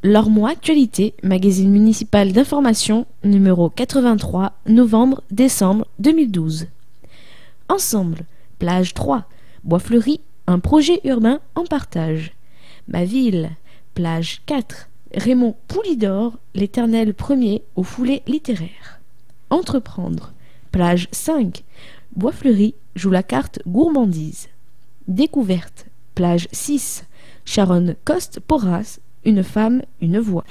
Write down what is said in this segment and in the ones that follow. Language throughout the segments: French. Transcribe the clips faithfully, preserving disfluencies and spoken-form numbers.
Lormont Actualité, magazine municipal d'information, numéro quatre-vingt-trois, novembre-décembre deux mille douze. Ensemble, plage trois, Bois-Fleuri, un projet urbain en partage. Ma ville, plage quatre, Raymond Poulidor, l'éternel premier aux foulées littéraires. Entreprendre, plage cinq, Bois-Fleuri joue la carte gourmandise. Découverte, plage six, Sharon Coste-Porras, une femme, une voix.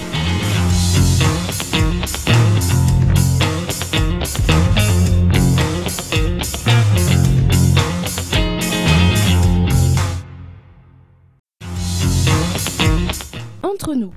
Entre nous.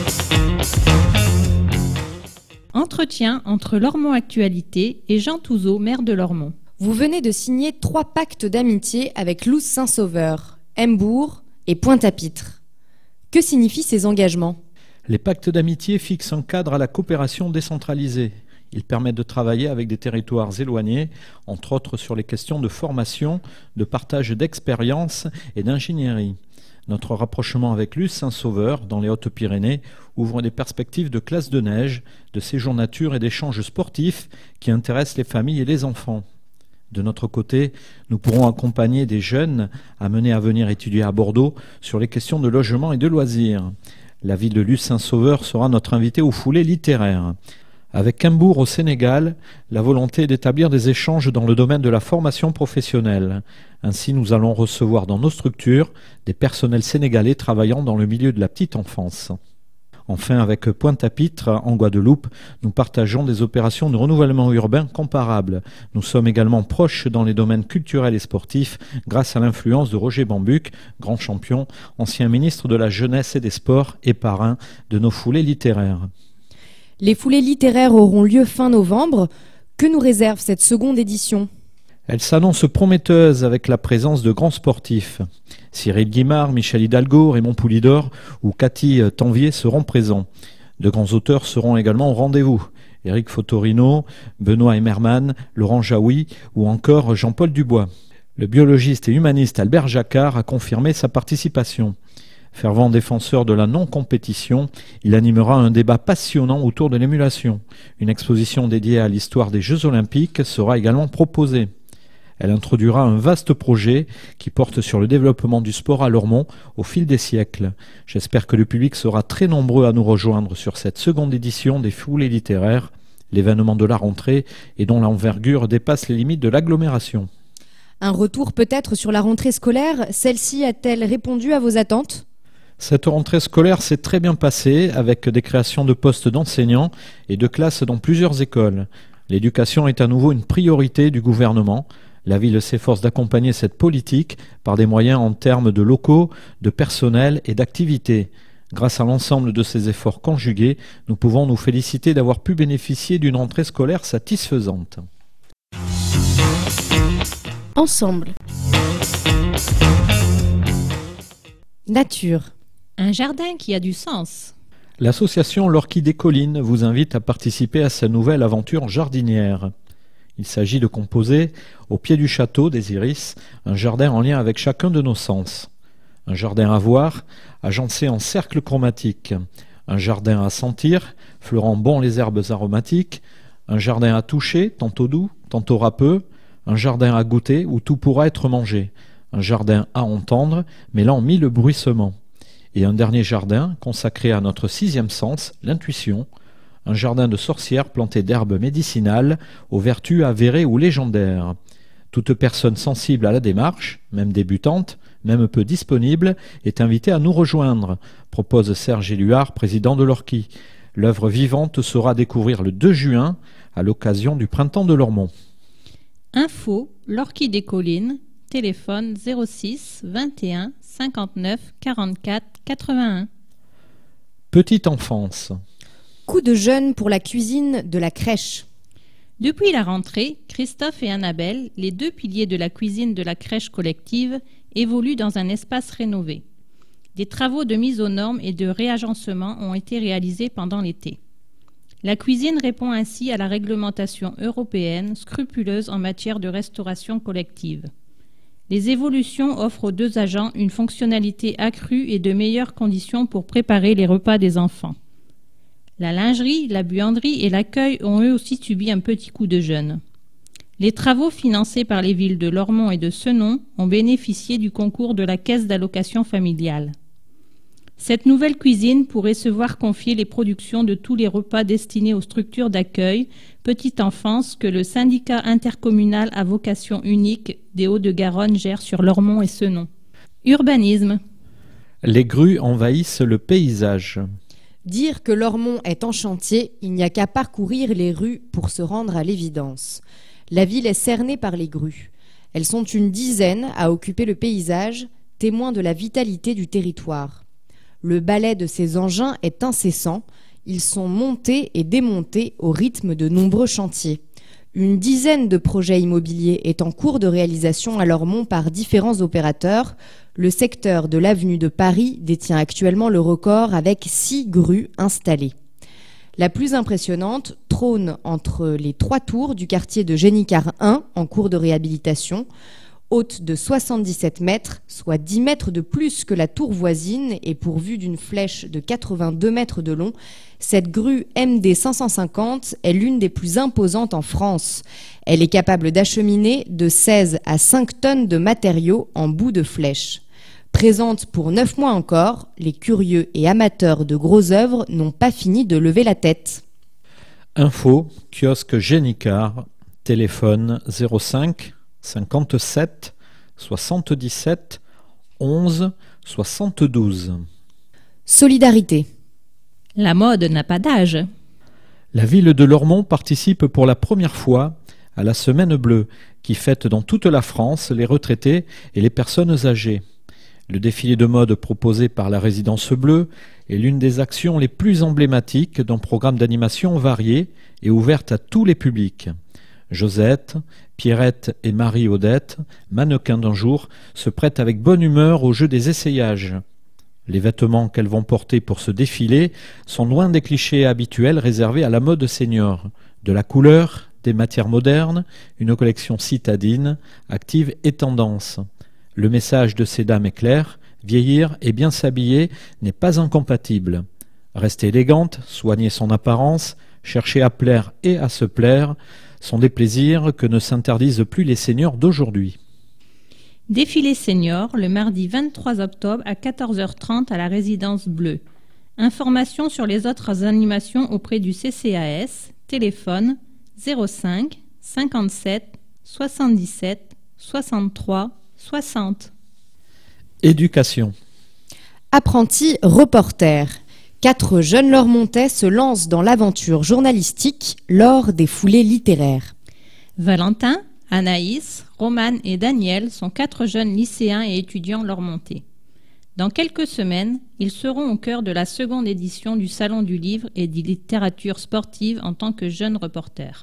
Entretien entre Lormont Actualité et Jean Touzeau, maire de Lormont. Vous venez de signer trois pactes d'amitié avec Loos Saint-Sauveur, Hembourg et Pointe-à-Pitre. Que signifient ces engagements ? Les pactes d'amitié fixent un cadre à la coopération décentralisée. Ils permettent de travailler avec des territoires éloignés, entre autres sur les questions de formation, de partage d'expériences et d'ingénierie. Notre rapprochement avec Loos Saint-Sauveur, dans les Hautes-Pyrénées, ouvre des perspectives de classe de neige, de séjour nature et d'échanges sportifs qui intéressent les familles et les enfants. De notre côté, nous pourrons accompagner des jeunes amenés à venir étudier à Bordeaux sur les questions de logement et de loisirs. La ville de Loos Saint-Sauveur sera notre invitée aux foulées littéraires. Avec Hembourg au Sénégal, la volonté est d'établir des échanges dans le domaine de la formation professionnelle. Ainsi, nous allons recevoir dans nos structures des personnels sénégalais travaillant dans le milieu de la petite enfance. Enfin, avec Pointe-à-Pitre, en Guadeloupe, nous partageons des opérations de renouvellement urbain comparables. Nous sommes également proches dans les domaines culturels et sportifs grâce à l'influence de Roger Bambuc, grand champion, ancien ministre de la Jeunesse et des Sports et parrain de nos foulées littéraires. Les foulées littéraires auront lieu fin novembre. Que nous réserve cette seconde édition ? Elle s'annonce prometteuse avec la présence de grands sportifs. Cyril Guimard, Michel Hidalgo, Raymond Poulidor ou Cathy Tanvier seront présents. De grands auteurs seront également au rendez-vous. Éric Fotorino, Benoît Emmermann, Laurent Jaoui ou encore Jean-Paul Dubois. Le biologiste et humaniste Albert Jacquard a confirmé sa participation. Fervent défenseur de la non-compétition, il animera un débat passionnant autour de l'émulation. Une exposition dédiée à l'histoire des Jeux Olympiques sera également proposée. Elle introduira un vaste projet qui porte sur le développement du sport à Lormont au fil des siècles. J'espère que le public sera très nombreux à nous rejoindre sur cette seconde édition des foulées littéraires, l'événement de la rentrée et dont l'envergure dépasse les limites de l'agglomération. Un retour peut-être sur la rentrée scolaire, celle-ci a-t-elle répondu à vos attentes ? Cette rentrée scolaire s'est très bien passée avec des créations de postes d'enseignants et de classes dans plusieurs écoles. L'éducation est à nouveau une priorité du gouvernement. La ville s'efforce d'accompagner cette politique par des moyens en termes de locaux, de personnel et d'activités. Grâce à l'ensemble de ces efforts conjugués, nous pouvons nous féliciter d'avoir pu bénéficier d'une rentrée scolaire satisfaisante. Ensemble. Nature. Un jardin qui a du sens. L'association L'Orchid des Collines vous invite à participer à sa nouvelle aventure jardinière. Il s'agit de composer, au pied du château des Iris, un jardin en lien avec chacun de nos sens. Un jardin à voir, agencé en cercle chromatique. Un jardin à sentir, fleurant bon les herbes aromatiques. Un jardin à toucher, tantôt doux, tantôt râpeux. Un jardin à goûter, où tout pourra être mangé. Un jardin à entendre, mêlant mille bruissements. Et un dernier jardin, consacré à notre sixième sens, l'intuition. Un jardin de sorcières planté d'herbes médicinales, aux vertus avérées ou légendaires. Toute personne sensible à la démarche, même débutante, même peu disponible, est invitée à nous rejoindre, propose Serge Éluard, président de l'Orchid. L'œuvre vivante sera à découvrir le deux juin, à l'occasion du printemps de Lormont. Info, l'Orchid des Collines, téléphone zéro six vingt et un cinquante-neuf quarante-quatre quatre-vingt-un. Petite enfance. Coup de jeune pour la cuisine de la crèche. Depuis la rentrée, Christophe et Annabelle, les deux piliers de la cuisine de la crèche collective, évoluent dans un espace rénové. Des travaux de mise aux normes et de réagencement ont été réalisés pendant l'été. La cuisine répond ainsi à la réglementation européenne scrupuleuse en matière de restauration collective. Les évolutions offrent aux deux agents une fonctionnalité accrue et de meilleures conditions pour préparer les repas des enfants. La lingerie, la buanderie et l'accueil ont eux aussi subi un petit coup de jeûne. Les travaux financés par les villes de Lormont et de Senon ont bénéficié du concours de la Caisse d'allocation familiale. Cette nouvelle cuisine pourrait se voir confier les productions de tous les repas destinés aux structures d'accueil petite enfance que le syndicat intercommunal à vocation unique des Hauts-de-Garonne gère sur Lormont et Senon. Urbanisme. Les grues envahissent le paysage. Dire que Lormont est en chantier, il n'y a qu'à parcourir les rues pour se rendre à l'évidence. La ville est cernée par les grues. Elles sont une dizaine à occuper le paysage, témoin de la vitalité du territoire. Le balai de ces engins est incessant. Ils sont montés et démontés au rythme de nombreux chantiers. Une dizaine de projets immobiliers est en cours de réalisation à Lormont par différents opérateurs. Le secteur de l'avenue de Paris détient actuellement le record avec six grues installées. La plus impressionnante trône entre les trois tours du quartier de Génicard un en cours de réhabilitation. Haute de soixante-dix-sept mètres, soit dix mètres de plus que la tour voisine et pourvue d'une flèche de quatre-vingt-deux mètres de long, cette grue M D cinq cent cinquante est l'une des plus imposantes en France. Elle est capable d'acheminer de seize à cinq tonnes de matériaux en bout de flèche. Présente pour neuf mois encore, les curieux et amateurs de grosses œuvres n'ont pas fini de lever la tête. Info, kiosque Génicard, téléphone zéro cinq cinquante-sept soixante-dix-sept onze soixante-douze. Solidarité. La mode n'a pas d'âge. La ville de Lormont participe pour la première fois à la Semaine Bleue, qui fête dans toute la France les retraités et les personnes âgées. Le défilé de mode proposé par la Résidence Bleue est l'une des actions les plus emblématiques d'un programme d'animation varié et ouverte à tous les publics. Josette, Pierrette et Marie-Odette, mannequins d'un jour, se prêtent avec bonne humeur au jeu des essayages. Les vêtements qu'elles vont porter pour ce défilé sont loin des clichés habituels réservés à la mode senior. De la couleur, des matières modernes, une collection citadine, active et tendance. Le message de ces dames est clair, vieillir et bien s'habiller n'est pas incompatible. Rester élégante, soigner son apparence, chercher à plaire et à se plaire sont des plaisirs que ne s'interdisent plus les seniors d'aujourd'hui. Défilé senior le mardi vingt-trois octobre à quatorze heures trente à la Résidence Bleue. Informations sur les autres animations auprès du C C A S, téléphone zéro cinq cinquante-sept soixante-dix-sept soixante-trois soixante. Éducation. Apprenti reporter. Quatre jeunes Lormontais se lancent dans l'aventure journalistique lors des foulées littéraires. Valentin, Anaïs, Romane et Daniel sont quatre jeunes lycéens et étudiants lormontais. Dans quelques semaines, ils seront au cœur de la seconde édition du Salon du livre et de littérature sportive en tant que jeunes reporters.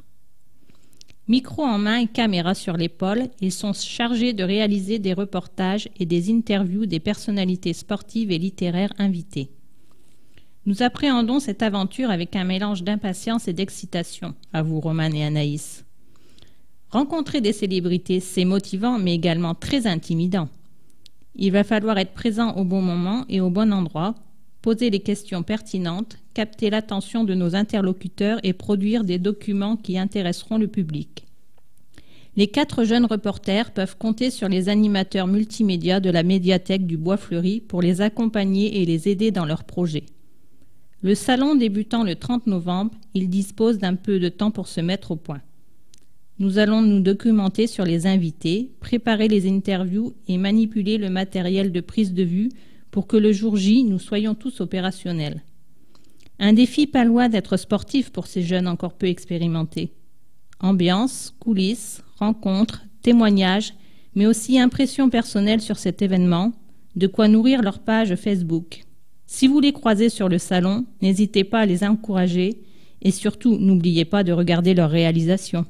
Micro en main et caméra sur l'épaule, ils sont chargés de réaliser des reportages et des interviews des personnalités sportives et littéraires invitées. Nous appréhendons cette aventure avec un mélange d'impatience et d'excitation, avouent Romane et Anaïs. Rencontrer des célébrités, c'est motivant mais également très intimidant. Il va falloir être présent au bon moment et au bon endroit, poser les questions pertinentes, capter l'attention de nos interlocuteurs et produire des documents qui intéresseront le public. Les quatre jeunes reporters peuvent compter sur les animateurs multimédia de la médiathèque du Bois-Fleuri pour les accompagner et les aider dans leurs projets. Le salon débutant le trente novembre, ils disposent d'un peu de temps pour se mettre au point. Nous allons nous documenter sur les invités, préparer les interviews et manipuler le matériel de prise de vue pour que le jour J, nous soyons tous opérationnels. Un défi pas loin d'être sportif pour ces jeunes encore peu expérimentés. Ambiance, coulisses, rencontres, témoignages, mais aussi impressions personnelles sur cet événement, de quoi nourrir leur page Facebook. Si vous les croisez sur le salon, n'hésitez pas à les encourager et surtout n'oubliez pas de regarder leurs réalisations.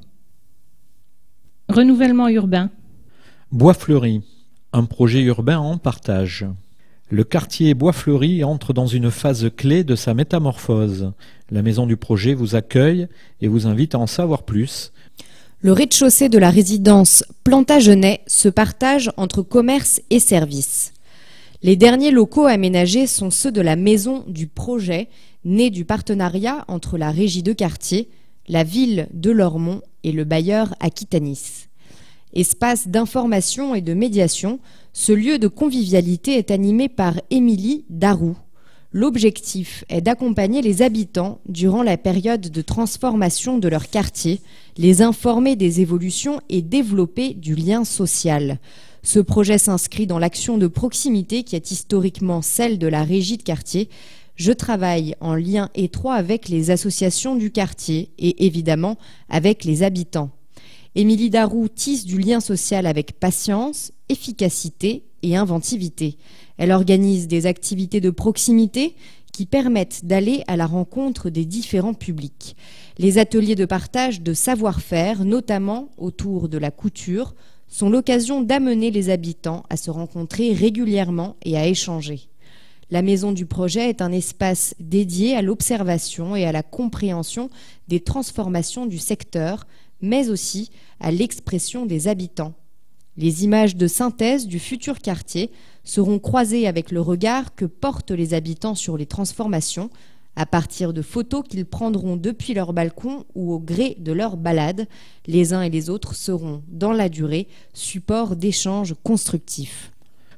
Renouvellement urbain. Bois-Fleuri, un projet urbain en partage. Le quartier Bois-Fleuri entre dans une phase clé de sa métamorphose. La maison du projet vous accueille et vous invite à en savoir plus. Le rez-de-chaussée de la résidence Plantagenet se partage entre commerce et services. Les derniers locaux aménagés sont ceux de la maison du projet, née du partenariat entre la régie de quartier, la ville de Lormont et le bailleur Aquitanis. Espace d'information et de médiation, ce lieu de convivialité est animé par Émilie Darroux. L'objectif est d'accompagner les habitants durant la période de transformation de leur quartier, les informer des évolutions et développer du lien social. Ce projet s'inscrit dans l'action de proximité qui est historiquement celle de la régie de quartier. Je travaille en lien étroit avec les associations du quartier et évidemment avec les habitants. Émilie Darroux tisse du lien social avec patience, efficacité et inventivité. Elle organise des activités de proximité qui permettent d'aller à la rencontre des différents publics. Les ateliers de partage de savoir-faire, notamment autour de la couture, sont l'occasion d'amener les habitants à se rencontrer régulièrement et à échanger. La maison du projet est un espace dédié à l'observation et à la compréhension des transformations du secteur, mais aussi à l'expression des habitants. Les images de synthèse du futur quartier seront croisées avec le regard que portent les habitants sur les transformations, à partir de photos qu'ils prendront depuis leur balcon ou au gré de leur balade. Les uns et les autres seront, dans la durée, support d'échanges constructifs.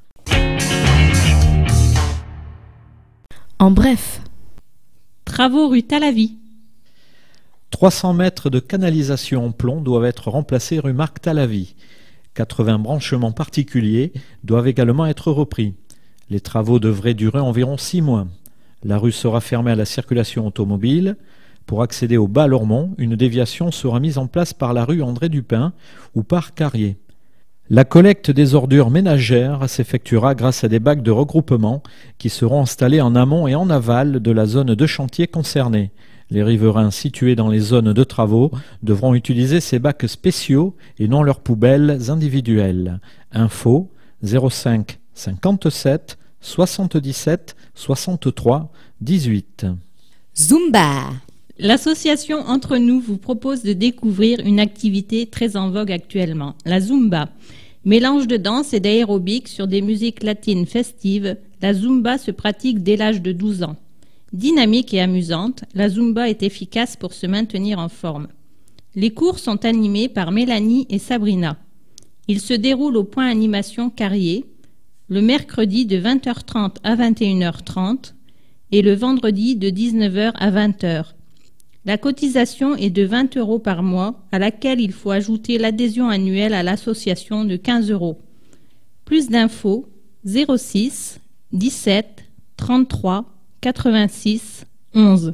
En bref, Travaux rue Talavie. trois cents mètres de canalisation en plomb doivent être remplacés rue Marc Talavie. quatre-vingts branchements particuliers doivent également être repris. Les travaux devraient durer environ six mois. La rue sera fermée à la circulation automobile. Pour accéder au bas Lormont, une déviation sera mise en place par la rue André Dupin ou par Carrier. La collecte des ordures ménagères s'effectuera grâce à des bacs de regroupement qui seront installés en amont et en aval de la zone de chantier concernée. Les riverains situés dans les zones de travaux devront utiliser ces bacs spéciaux et non leurs poubelles individuelles. Info zéro cinq cinquante-sept soixante-dix-sept soixante-trois dix-huit. Zumba! L'association Entre Nous vous propose de découvrir une activité très en vogue actuellement, la Zumba. Mélange de danse et d'aérobic sur des musiques latines festives, la Zumba se pratique dès l'âge de douze ans. Dynamique et amusante, la Zumba est efficace pour se maintenir en forme. Les cours sont animés par Mélanie et Sabrina. Ils se déroulent au point animation Carrier, le mercredi de vingt heures trente à vingt et une heures trente et le vendredi de dix-neuf heures à vingt heures. La cotisation est de vingt euros par mois, à laquelle il faut ajouter l'adhésion annuelle à l'association de quinze euros. Plus d'infos, zéro six dix-sept trente-trois quatre-vingt-six onze.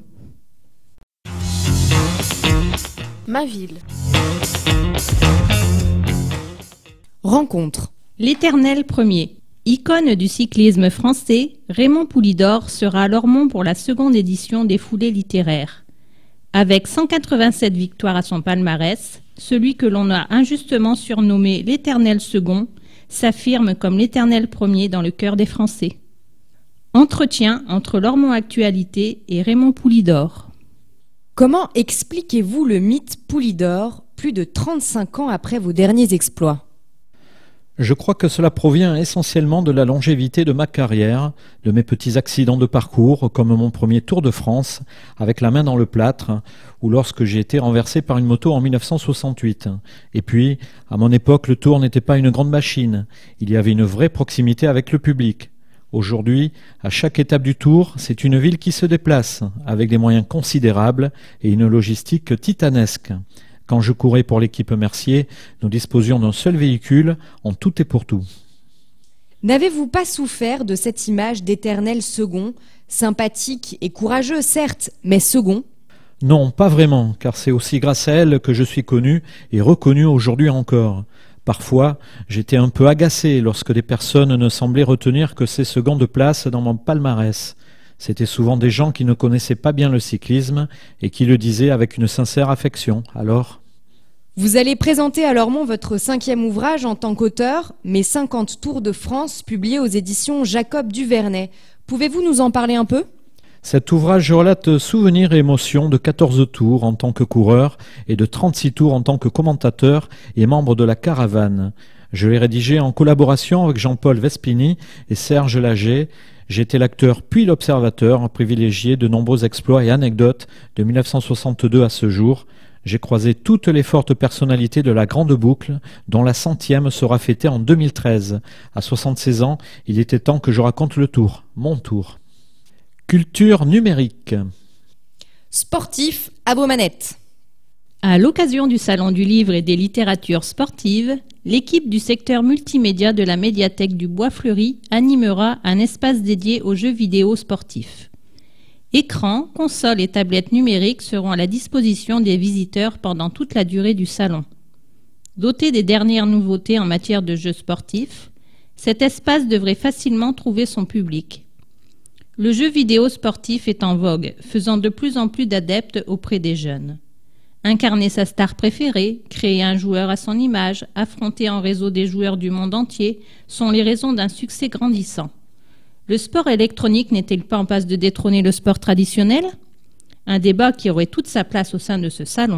ma ville. Rencontre. L'Éternel premier. Icône du cyclisme français, Raymond Poulidor sera à Lormont pour la seconde édition des foulées littéraires. Avec cent quatre-vingt-sept victoires à son palmarès, celui que l'on a injustement surnommé l'Éternel second s'affirme comme l'Éternel premier dans le cœur des Français. Entretien entre Lormont Actualité et Raymond Poulidor. Comment expliquez-vous le mythe Poulidor plus de trente-cinq ans après vos derniers exploits ? Je crois que cela provient essentiellement de la longévité de ma carrière, de mes petits accidents de parcours, comme mon premier Tour de France, avec la main dans le plâtre, ou lorsque j'ai été renversé par une moto en mille neuf cent soixante-huit. Et puis, à mon époque, le Tour n'était pas une grande machine. Il y avait une vraie proximité avec le public. Aujourd'hui, à chaque étape du Tour, c'est une ville qui se déplace, avec des moyens considérables et une logistique titanesque. Quand je courais pour l'équipe Mercier, nous disposions d'un seul véhicule en tout et pour tout. N'avez-vous pas souffert de cette image d'éternel second, sympathique et courageux, certes, mais second ? Non, pas vraiment, car c'est aussi grâce à elle que je suis connu et reconnu aujourd'hui encore. Parfois, j'étais un peu agacé lorsque des personnes ne semblaient retenir que ces secondes places dans mon palmarès. C'étaient souvent des gens qui ne connaissaient pas bien le cyclisme et qui le disaient avec une sincère affection. Alors ? Vous allez présenter à Lormont votre cinquième ouvrage en tant qu'auteur, Mes cinquante Tours de France, publié aux éditions Jacob Duvernay. Pouvez-vous nous en parler un peu ? Cet ouvrage relate souvenirs et émotions de quatorze tours en tant que coureur et de trente-six tours en tant que commentateur et membre de la caravane. Je l'ai rédigé en collaboration avec Jean-Paul Vespini et Serge Laget. J'étais l'acteur puis l'observateur privilégié de nombreux exploits et anecdotes de mille neuf cent soixante-deux à ce jour. J'ai croisé toutes les fortes personnalités de la Grande Boucle, dont la centième sera fêtée en deux mille treize. À soixante-seize ans, il était temps que je raconte le tour, mon tour. Culture numérique. Sportif à vos manettes. À l'occasion du Salon du Livre et des Littératures Sportives, l'équipe du secteur multimédia de la médiathèque du Bois-Fleuri animera un espace dédié aux jeux vidéo sportifs. Écrans, consoles et tablettes numériques seront à la disposition des visiteurs pendant toute la durée du salon. Doté des dernières nouveautés en matière de jeux sportifs, cet espace devrait facilement trouver son public. Le jeu vidéo sportif est en vogue, faisant de plus en plus d'adeptes auprès des jeunes. Incarner sa star préférée, créer un joueur à son image, affronter en réseau des joueurs du monde entier sont les raisons d'un succès grandissant. Le sport électronique n'est-il pas en passe de détrôner le sport traditionnel ? Un débat qui aurait toute sa place au sein de ce salon.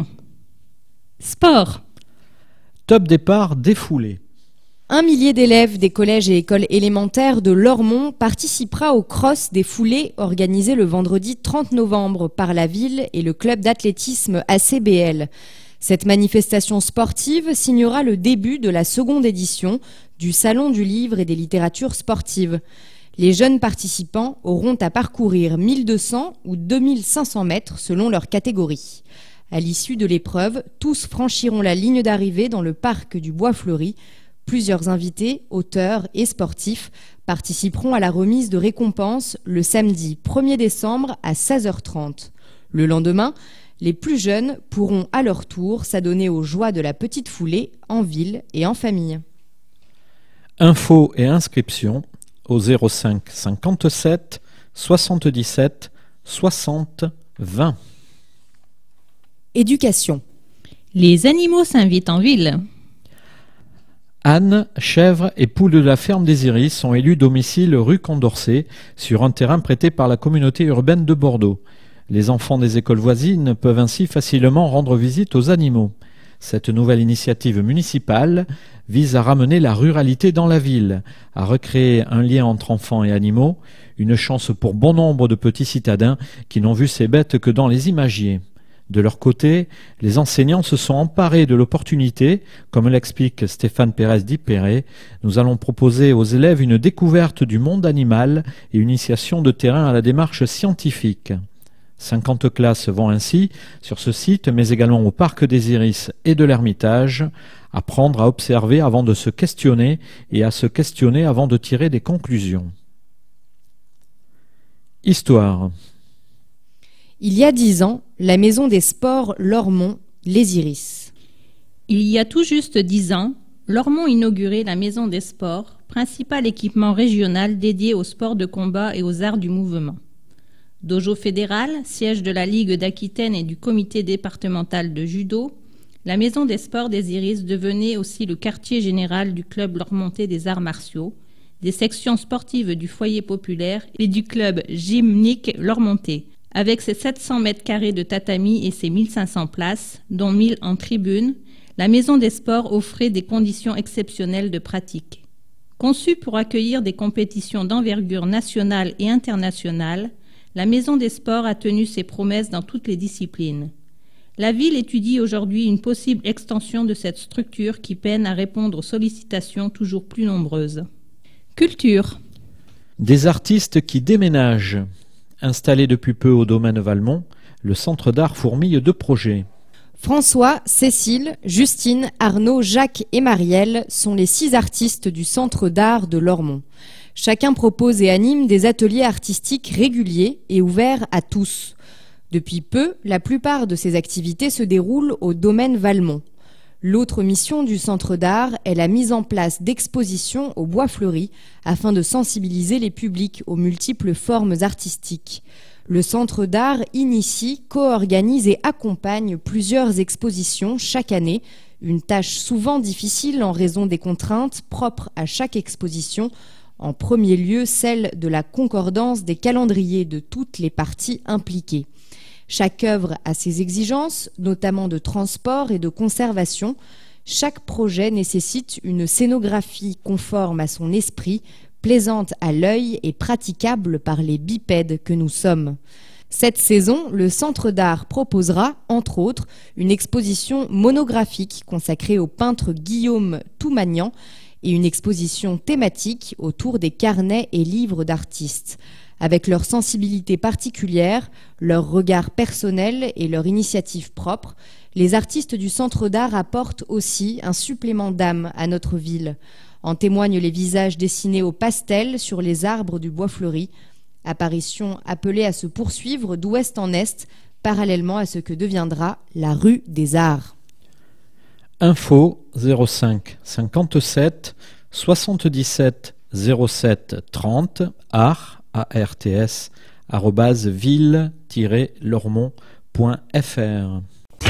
Sport. Top départ défoulé. Un millier d'élèves des collèges et écoles élémentaires de Lormont participera au cross des foulées organisé le vendredi trente novembre par la ville et le club d'athlétisme A C B L. Cette manifestation sportive signera le début de la seconde édition du Salon du Livre et des Littératures Sportives. Les jeunes participants auront à parcourir mille deux cents ou deux mille cinq cents mètres selon leur catégorie. À l'issue de l'épreuve, tous franchiront la ligne d'arrivée dans le parc du Bois-Fleuri. Plusieurs invités, auteurs et sportifs participeront à la remise de récompenses le samedi premier décembre à seize heures trente. Le lendemain, les plus jeunes pourront à leur tour s'adonner aux joies de la petite foulée en ville et en famille. Infos et inscriptions au zéro cinq cinquante-sept soixante-dix-sept soixante vingt. Éducation. Les animaux s'invitent en ville. Ânes, chèvres et poules de la ferme des Iris sont élus domicile rue Condorcet sur un terrain prêté par la communauté urbaine de Bordeaux. Les enfants des écoles voisines peuvent ainsi facilement rendre visite aux animaux. Cette nouvelle initiative municipale vise à ramener la ruralité dans la ville, à recréer un lien entre enfants et animaux, une chance pour bon nombre de petits citadins qui n'ont vu ces bêtes que dans les imagiers. De leur côté, les enseignants se sont emparés de l'opportunité, comme l'explique Stéphane Pérez Dipéré. Nous allons proposer aux élèves une découverte du monde animal et une initiation de terrain à la démarche scientifique. cinquante classes vont ainsi, sur ce site, mais également au Parc des Iris et de l'Ermitage, apprendre à observer avant de se questionner et à se questionner avant de tirer des conclusions. Histoire. Il y a dix ans, la maison des sports Lormont, les Iris. Il y a tout juste dix ans, Lormont inaugurait la maison des sports, principal équipement régional dédié aux sports de combat et aux arts du mouvement. Dojo fédéral, siège de la Ligue d'Aquitaine et du comité départemental de judo, la maison des sports des Iris devenait aussi le quartier général du club lormontais des arts martiaux, des sections sportives du foyer populaire et du club gymnique lormontais. Avec ses sept cents mètres carrés de tatami et ses mille cinq cents places, dont mille en tribune, la maison des sports offrait des conditions exceptionnelles de pratique. Conçue pour accueillir des compétitions d'envergure nationale et internationale, la maison des sports a tenu ses promesses dans toutes les disciplines. La ville étudie aujourd'hui une possible extension de cette structure qui peine à répondre aux sollicitations toujours plus nombreuses. Culture. Des artistes qui déménagent. Installé depuis peu au domaine Valmont, le centre d'art fourmille de projets. François, Cécile, Justine, Arnaud, Jacques et Marielle sont les six artistes du centre d'art de Lormont. Chacun propose et anime des ateliers artistiques réguliers et ouverts à tous. Depuis peu, la plupart de ces activités se déroulent au domaine Valmont. L'autre mission du centre d'art est la mise en place d'expositions au Bois-Fleuri afin de sensibiliser les publics aux multiples formes artistiques. Le centre d'art initie, co-organise et accompagne plusieurs expositions chaque année, une tâche souvent difficile en raison des contraintes propres à chaque exposition, En premier lieu, celle de la concordance des calendriers de toutes les parties impliquées. Chaque œuvre a ses exigences, notamment de transport et de conservation. Chaque projet nécessite une scénographie conforme à son esprit, plaisante à l'œil et praticable par les bipèdes que nous sommes. Cette saison, le Centre d'art proposera, entre autres, une exposition monographique consacrée au peintre Guillaume Toumagnan et une exposition thématique autour des carnets et livres d'artistes. Avec leur sensibilité particulière, leur regard personnel et leur initiative propre, les artistes du Centre d'art apportent aussi un supplément d'âme à notre ville. En témoignent les visages dessinés au pastel sur les arbres du bois fleuri, apparition appelée à se poursuivre d'ouest en est, parallèlement à ce que deviendra la rue des Arts. Info zéro cinq cinquante-sept soixante-dix-sept zéro sept trente art A R T S arobase ville tiret lormont point F R.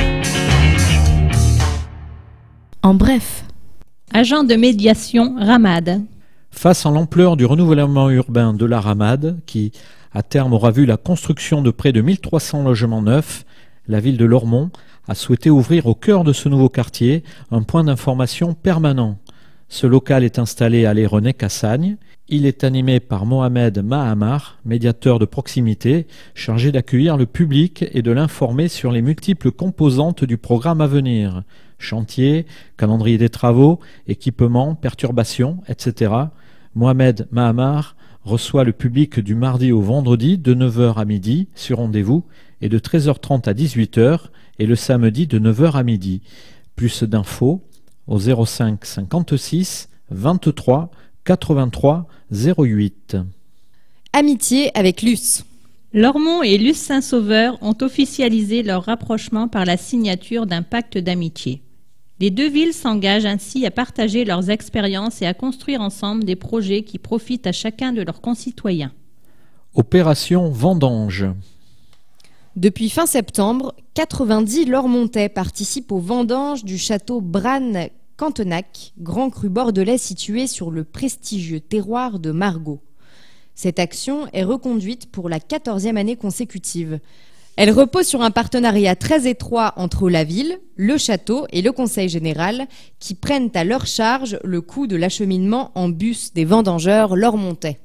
En bref, Agent de médiation Ramade. Face à l'ampleur du renouvellement urbain de la Ramade, qui à terme aura vu la construction de près de mille trois cents logements neufs, la ville de Lormont a souhaité ouvrir au cœur de ce nouveau quartier un point d'information permanent. Ce local est installé à allée René Cassagne. Il est animé par Mohamed Mahamar, médiateur de proximité, chargé d'accueillir le public et de l'informer sur les multiples composantes du programme à venir. Chantier, calendrier des travaux, équipements, perturbations, et cetera. Mohamed Mahamar reçoit le public du mardi au vendredi de neuf heures à midi sur rendez-vous et de treize heures trente à dix-huit heures et le samedi de neuf heures à midi. Plus d'infos au zéro cinq cinquante-six vingt-trois quatre-vingt-trois zéro huit. Amitié avec Luce. Lormont et Luce Saint-Sauveur ont officialisé leur rapprochement par la signature d'un pacte d'amitié. Les deux villes s'engagent ainsi à partager leurs expériences et à construire ensemble des projets qui profitent à chacun de leurs concitoyens. Opération Vendange. Depuis fin septembre, quatre-vingt-dix Lormontais participent aux vendanges du château Branne-Cantenac, grand cru bordelais situé sur le prestigieux terroir de Margaux. Cette action est reconduite pour la quatorzième année consécutive. Elle repose sur un partenariat très étroit entre la ville, le château et le conseil général qui prennent à leur charge le coût de l'acheminement en bus des vendangeurs lormontais.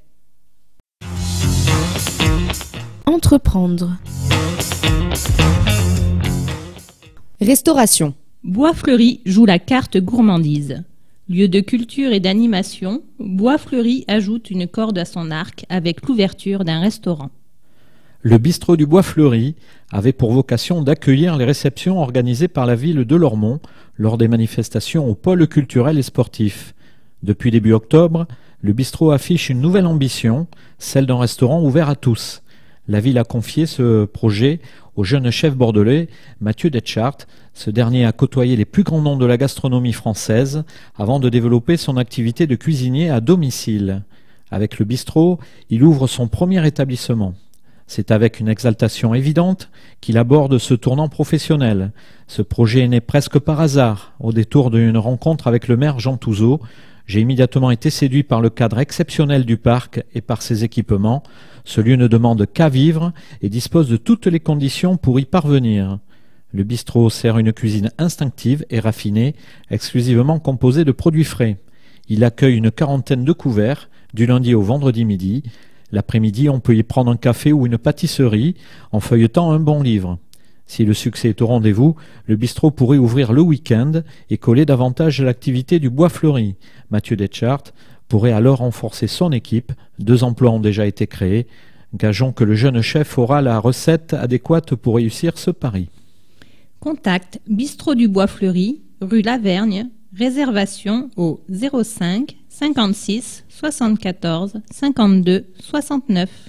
entreprendre. Restauration. Bois Fleuri joue la carte gourmandise. Lieu de culture et d'animation, Bois Fleuri ajoute une corde à son arc avec l'ouverture d'un restaurant. Le bistrot du Bois Fleuri avait pour vocation d'accueillir les réceptions organisées par la ville de Lormont lors des manifestations au pôle culturel et sportif. Depuis début octobre, le bistrot affiche une nouvelle ambition, celle d'un restaurant ouvert à tous. La ville a confié ce projet au jeune chef bordelais Mathieu Detschart. Ce dernier a côtoyé les plus grands noms de la gastronomie française avant de développer son activité de cuisinier à domicile. Avec le bistrot, il ouvre son premier établissement. C'est avec une exaltation évidente qu'il aborde ce tournant professionnel. Ce projet est né presque par hasard, au détour d'une rencontre avec le maire Jean Touzeau. J'ai immédiatement été séduit par le cadre exceptionnel du parc et par ses équipements. Ce lieu ne demande qu'à vivre et dispose de toutes les conditions pour y parvenir. Le bistrot sert une cuisine instinctive et raffinée, exclusivement composée de produits frais. Il accueille une quarantaine de couverts, du lundi au vendredi midi. L'après-midi, on peut y prendre un café ou une pâtisserie en feuilletant un bon livre. Si le succès est au rendez-vous, le bistrot pourrait ouvrir le week-end et coller davantage à l'activité du Bois Fleuri. Mathieu Detschart pourrait alors renforcer son équipe. Deux emplois ont déjà été créés. Gageons que le jeune chef aura la recette adéquate pour réussir ce pari. Contact Bistrot du Bois Fleuri, rue Lavergne, réservation au zéro cinq cinquante-six soixante-quatorze cinquante-deux soixante-neuf.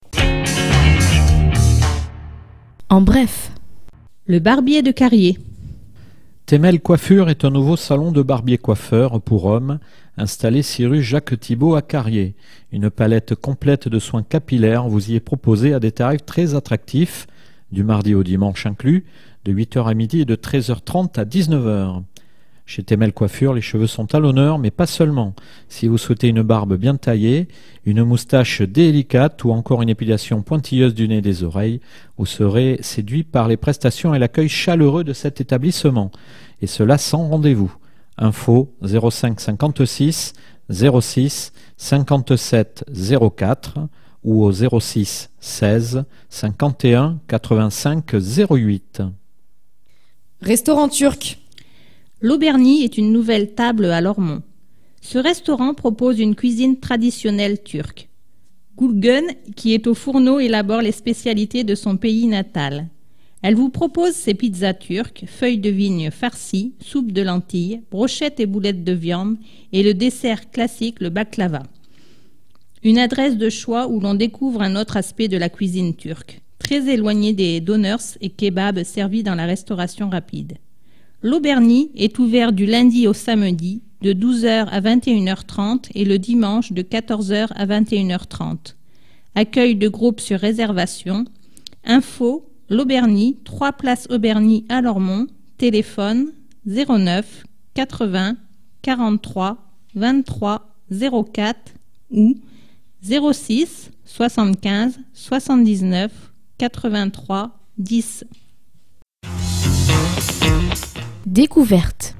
En bref, Le Barbier de Carrier. Temel Coiffure est un nouveau salon de barbier-coiffeur pour hommes installé six rue Jacques Thibault à Carrier. Une palette complète de soins capillaires vous y est proposée à des tarifs très attractifs, du mardi au dimanche inclus, de huit heures à midi et de treize heures trente à dix-neuf heures. Chez Temel Coiffure, les cheveux sont à l'honneur, mais pas seulement. Si vous souhaitez une barbe bien taillée, une moustache délicate ou encore une épilation pointilleuse du nez et des oreilles, vous serez séduit par les prestations et l'accueil chaleureux de cet établissement. Et cela sans rendez-vous. Info zéro cinq cinquante-six zéro six cinquante-sept zéro quatre ou au zéro six seize cinquante et un quatre-vingt-cinq zéro huit. Restaurant turc. L'Aubernie est une nouvelle table à Lormont. Ce restaurant propose une cuisine traditionnelle turque. Gülgün, qui est au fourneau, élabore les spécialités de son pays natal. Elle vous propose ses pizzas turques, feuilles de vigne farcies, soupe de lentilles, brochettes et boulettes de viande et le dessert classique, le baklava. Une adresse de choix où l'on découvre un autre aspect de la cuisine turque, très éloigné des doners et kebabs servis dans la restauration rapide. L'Aubernie est ouvert du lundi au samedi de douze heures à vingt et une heures trente et le dimanche de quatorze heures à vingt et une heures trente. Accueil de groupe sur réservation. Info L'Aubernie, trois place Aubernie à Lormont. Téléphone zéro neuf quatre-vingts quarante-trois vingt-trois zéro quatre ou zéro six soixante-quinze soixante-dix-neuf quatre-vingt-trois dix. Découverte.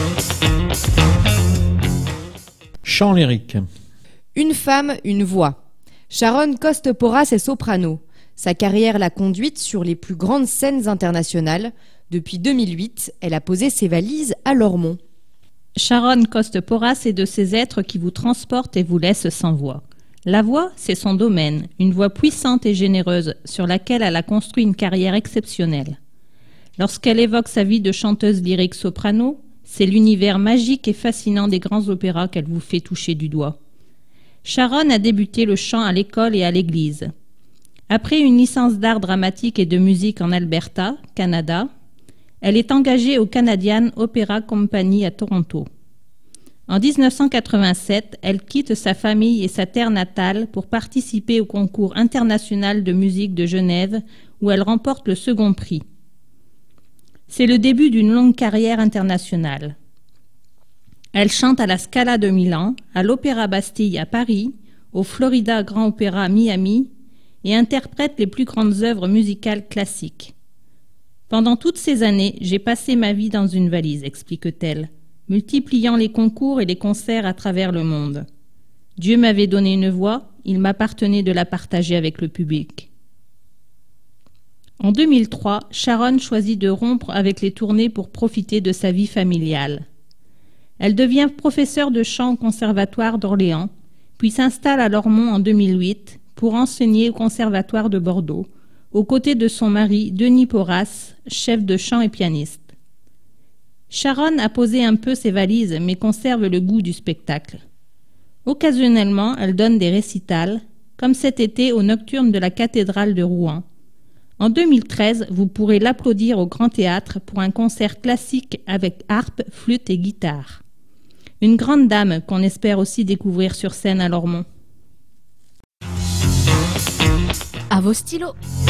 Chant lyrique. Une femme, une voix. Sharon Coste-Porras est soprano. Sa carrière l'a conduite sur les plus grandes scènes internationales. Depuis deux mille huit, elle a posé ses valises à Lormont. Sharon Coste-Porras est de ces êtres qui vous transportent et vous laissent sans voix. La voix, c'est son domaine, une voix puissante et généreuse sur laquelle elle a construit une carrière exceptionnelle. Lorsqu'elle évoque sa vie de chanteuse lyrique soprano, c'est l'univers magique et fascinant des grands opéras qu'elle vous fait toucher du doigt. Sharon a débuté le chant à l'école et à l'église. Après une licence d'art dramatique et de musique en Alberta, Canada, elle est engagée au Canadian Opera Company à Toronto. En dix-neuf cent quatre-vingt-sept, elle quitte sa famille et sa terre natale pour participer au concours international de musique de Genève où elle remporte le second prix. C'est le début d'une longue carrière internationale. Elle chante à la Scala de Milan, à l'Opéra Bastille à Paris, au Florida Grand Opéra à Miami et interprète les plus grandes œuvres musicales classiques. Pendant toutes ces années, j'ai passé ma vie dans une valise, explique-t-elle, multipliant les concours et les concerts à travers le monde. Dieu m'avait donné une voix, il m'appartenait de la partager avec le public. En deux mille trois, Sharon choisit de rompre avec les tournées pour profiter de sa vie familiale. Elle devient professeure de chant au Conservatoire d'Orléans, puis s'installe à Lormont en deux mille huit pour enseigner au Conservatoire de Bordeaux, aux côtés de son mari Denis Porras, chef de chant et pianiste. Sharon a posé un peu ses valises, mais conserve le goût du spectacle. Occasionnellement, elle donne des récitals, comme cet été au Nocturne de la cathédrale de Rouen. En deux mille treize, vous pourrez l'applaudir au Grand Théâtre pour un concert classique avec harpe, flûte et guitare. Une grande dame qu'on espère aussi découvrir sur scène à Lormont. À vos stylos.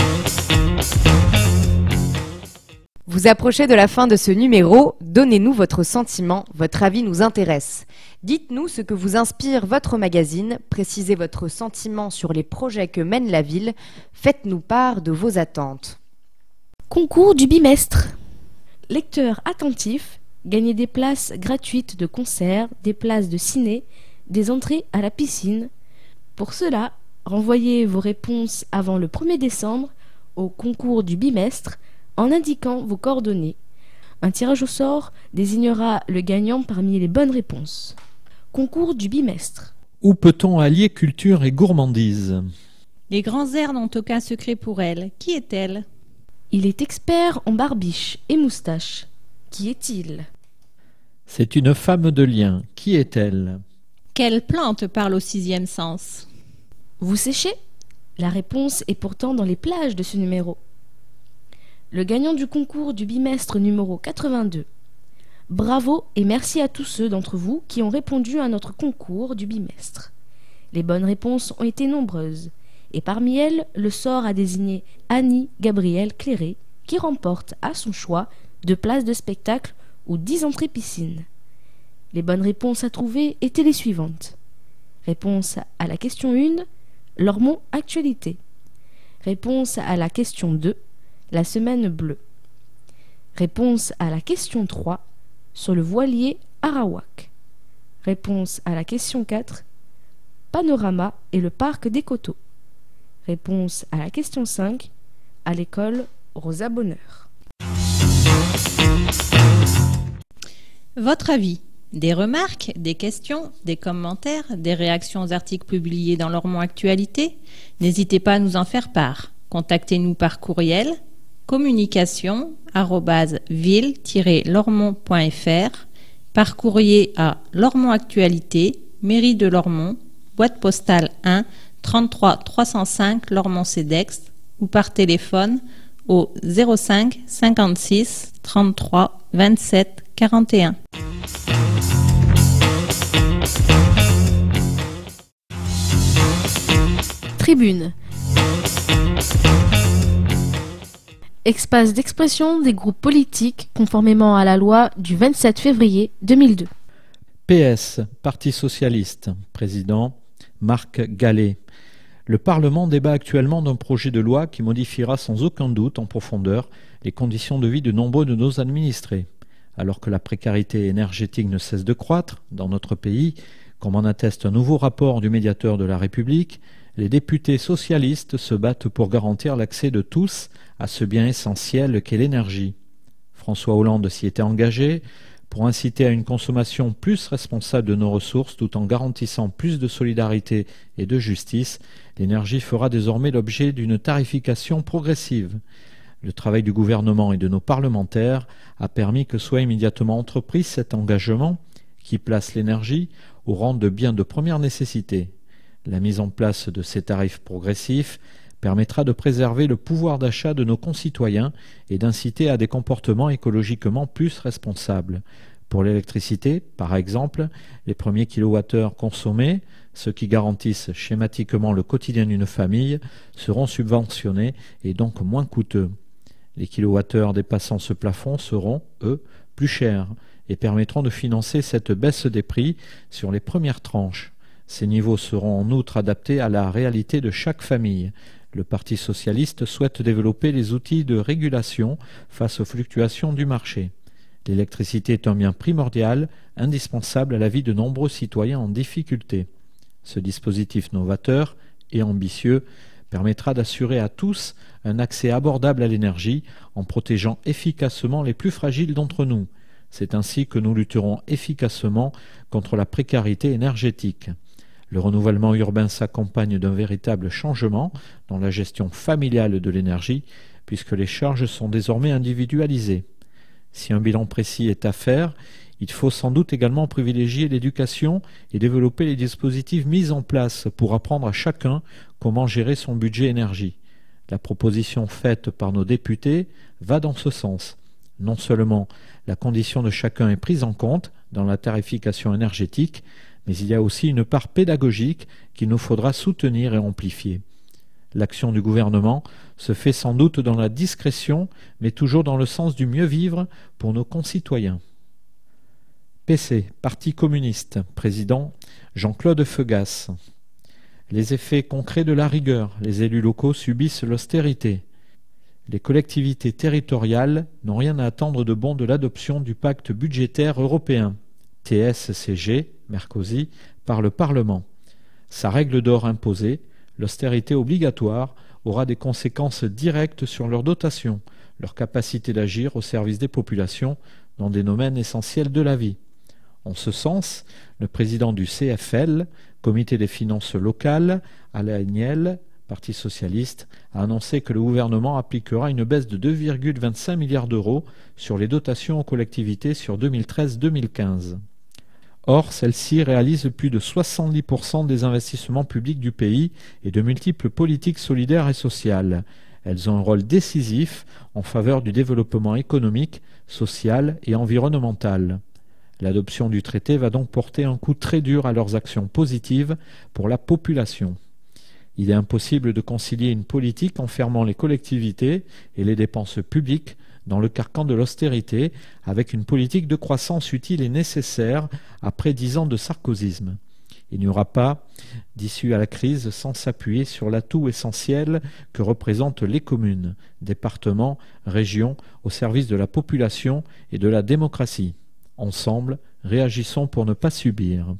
Vous approchez de la fin de ce numéro, donnez-nous votre sentiment, votre avis nous intéresse. Dites-nous ce que vous inspire votre magazine, précisez votre sentiment sur les projets que mène la ville, faites-nous part de vos attentes. Concours du bimestre. Lecteurs attentifs, gagnez des places gratuites de concert, des places de ciné, des entrées à la piscine. Pour cela, renvoyez vos réponses avant le premier décembre au concours du bimestre en indiquant vos coordonnées. Un tirage au sort désignera le gagnant parmi les bonnes réponses. Concours du bimestre. Où peut-on allier culture et gourmandise? Les grands airs n'ont aucun secret pour elle. Qui est-elle? Il est expert en barbiche et moustache. Qui est-il? C'est une femme de lien. Qui est-elle? Quelle plante parle au sixième sens? Vous séchez? La réponse est pourtant dans les plages de ce numéro. Le gagnant du concours du bimestre numéro quatre-vingt-deux. Bravo et merci à tous ceux d'entre vous qui ont répondu à notre concours du bimestre. Les bonnes réponses ont été nombreuses, et parmi elles, le sort a désigné Annie Gabrielle Cléré, qui remporte à son choix deux places de spectacle ou dix entrées piscine. Les bonnes réponses à trouver étaient les suivantes. Réponse à la question un, Lormont Actualité. Réponse à la question deux, la semaine bleue. Réponse à la question trois, sur le voilier Arawak. Réponse à la question quatre, Panorama et le parc des Coteaux. Réponse à la question cinq, à l'école Rosa Bonheur. Votre avis? Des remarques, des questions, des commentaires, des réactions aux articles publiés dans Lormont Actualité? N'hésitez pas à nous en faire part. Contactez-nous par courriel communication arobase ville tiret lormont point f r, par courrier à Lormont Actualité, mairie de Lormont, boîte postale un, trente-trois trois cent cinq Lormont-Cedex, ou par téléphone au zéro cinq cinquante-six trente-trois vingt-sept quarante et un. Tribune. Espace d'expression des groupes politiques conformément à la loi du vingt-sept février deux mille deux. P S, Parti socialiste, président Marc Gallet. Le Parlement débat actuellement d'un projet de loi qui modifiera sans aucun doute en profondeur les conditions de vie de nombreux de nos administrés. Alors que la précarité énergétique ne cesse de croître dans notre pays, comme en atteste un nouveau rapport du médiateur de la République, les députés socialistes se battent pour garantir l'accès de tous à ce bien essentiel qu'est l'énergie. François Hollande s'y était engagé pour inciter à une consommation plus responsable de nos ressources tout en garantissant plus de solidarité et de justice. L'énergie fera désormais l'objet d'une tarification progressive. Le travail du gouvernement et de nos parlementaires a permis que soit immédiatement entrepris cet engagement qui place l'énergie au rang de bien de première nécessité. La mise en place de ces tarifs progressifs permettra de préserver le pouvoir d'achat de nos concitoyens et d'inciter à des comportements écologiquement plus responsables. Pour l'électricité, par exemple, les premiers kilowattheures consommés, ceux qui garantissent schématiquement le quotidien d'une famille, seront subventionnés et donc moins coûteux. Les kilowattheures dépassant ce plafond seront, eux, plus chers et permettront de financer cette baisse des prix sur les premières tranches. Ces niveaux seront en outre adaptés à la réalité de chaque famille. Le Parti socialiste souhaite développer les outils de régulation face aux fluctuations du marché. L'électricité est un bien primordial, indispensable à la vie de nombreux citoyens en difficulté. Ce dispositif novateur et ambitieux permettra d'assurer à tous un accès abordable à l'énergie en protégeant efficacement les plus fragiles d'entre nous. C'est ainsi que nous lutterons efficacement contre la précarité énergétique. Le renouvellement urbain s'accompagne d'un véritable changement dans la gestion familiale de l'énergie, puisque les charges sont désormais individualisées. Si un bilan précis est à faire, il faut sans doute également privilégier l'éducation et développer les dispositifs mis en place pour apprendre à chacun comment gérer son budget énergie. La proposition faite par nos députés va dans ce sens. Non seulement la condition de chacun est prise en compte dans la tarification énergétique, mais il y a aussi une part pédagogique qu'il nous faudra soutenir et amplifier. L'action du gouvernement se fait sans doute dans la discrétion, mais toujours dans le sens du mieux vivre pour nos concitoyens. P C, Parti communiste, président Jean-Claude Feugas. Les effets concrets de la rigueur, les élus locaux subissent l'austérité. Les collectivités territoriales n'ont rien à attendre de bon de l'adoption du pacte budgétaire européen, T S C G, Mercosi, par le Parlement. Sa règle d'or imposée, l'austérité obligatoire, aura des conséquences directes sur leur dotation, leur capacité d'agir au service des populations dans des domaines essentiels de la vie. En ce sens, le président du C F L, Comité des finances locales, Alain Niel, Parti socialiste, a annoncé que le gouvernement appliquera une baisse de deux virgule vingt-cinq milliards d'euros sur les dotations aux collectivités sur deux mille treize deux mille quinze. Or, celles-ci réalisent plus de soixante-dix pour cent des investissements publics du pays et de multiples politiques solidaires et sociales. Elles ont un rôle décisif en faveur du développement économique, social et environnemental. L'adoption du traité va donc porter un coup très dur à leurs actions positives pour la population. Il est impossible de concilier une politique enfermant les collectivités et les dépenses publiques dans le carcan de l'austérité, avec une politique de croissance utile et nécessaire après dix ans de sarkozysme. Il n'y aura pas d'issue à la crise sans s'appuyer sur l'atout essentiel que représentent les communes, départements, régions, au service de la population et de la démocratie. Ensemble, réagissons pour ne pas subir.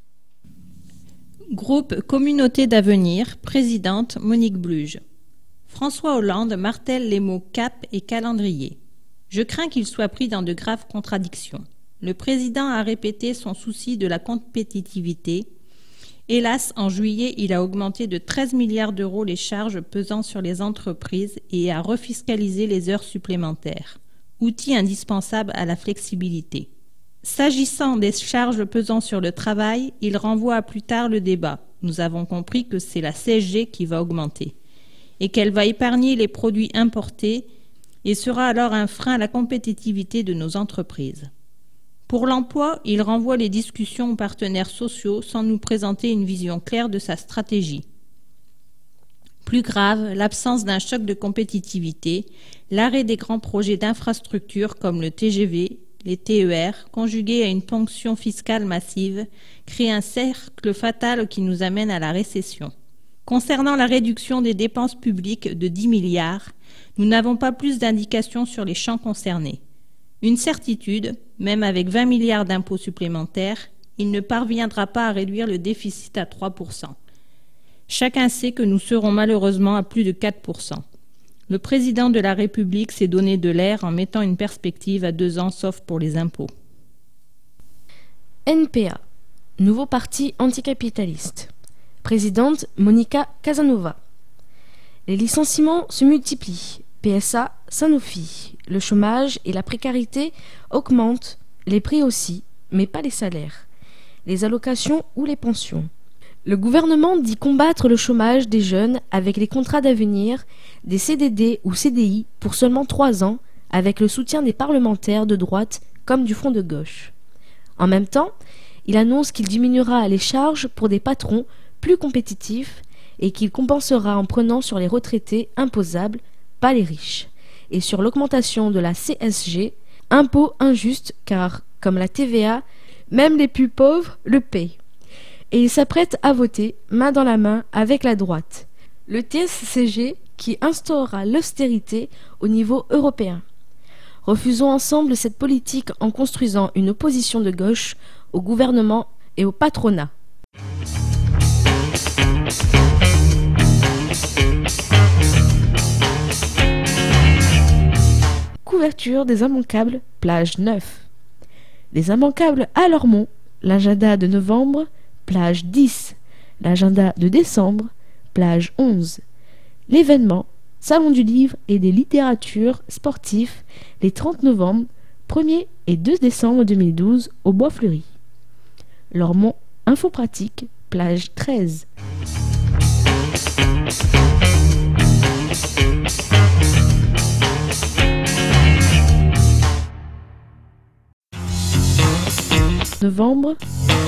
Groupe Communauté d'avenir, présidente Monique Bluge. François Hollande martèle les mots cap et calendrier. Je crains qu'il soit pris dans de graves contradictions. Le président a répété son souci de la compétitivité. Hélas, en juillet, il a augmenté de treize milliards d'euros les charges pesant sur les entreprises et a refiscalisé les heures supplémentaires, outil indispensable à la flexibilité. S'agissant des charges pesant sur le travail, il renvoie à plus tard le débat. Nous avons compris que c'est la C S G qui va augmenter et qu'elle va épargner les produits importés et sera alors un frein à la compétitivité de nos entreprises. Pour l'emploi, il renvoie les discussions aux partenaires sociaux sans nous présenter une vision claire de sa stratégie. Plus grave, l'absence d'un choc de compétitivité, l'arrêt des grands projets d'infrastructures comme le T G V, les T E R, conjugués à une ponction fiscale massive, crée un cercle fatal qui nous amène à la récession. Concernant la réduction des dépenses publiques de dix milliards, nous n'avons pas plus d'indications sur les champs concernés. Une certitude, même avec vingt milliards d'impôts supplémentaires, il ne parviendra pas à réduire le déficit à trois pour cent. Chacun sait que nous serons malheureusement à plus de quatre pour cent. Le président de la République s'est donné de l'air en mettant une perspective à deux ans sauf pour les impôts. N P A, nouveau parti anticapitaliste. Présidente Monica Casanova. Les licenciements se multiplient. P S A, Sanofi. Le chômage et la précarité augmentent, les prix aussi, mais pas les salaires, les allocations ou les pensions. Le gouvernement dit combattre le chômage des jeunes avec les contrats d'avenir, des C D D ou C D I pour seulement trois ans, avec le soutien des parlementaires de droite comme du front de gauche. En même temps, il annonce qu'il diminuera les charges pour des patrons plus compétitifs et qu'il compensera en prenant sur les retraités imposables, pas les riches, et sur l'augmentation de la C S G, impôt injuste car, comme la T V A, même les plus pauvres le payent. Et il s'apprête à voter, main dans la main, avec la droite, le T S C G qui instaurera l'austérité au niveau européen. Refusons ensemble cette politique en construisant une opposition de gauche au gouvernement et au patronat. Couverture des immanquables, plage neuf. Les immanquables à Lormont, l'agenda de novembre, plage dix, l'agenda de décembre, plage onze. L'événement, Salon du livre et des littératures sportifs, les trente novembre, premier et deux décembre deux mille douze au Bois-Fleuri. Lormont, info pratique, plage treize. Novembre.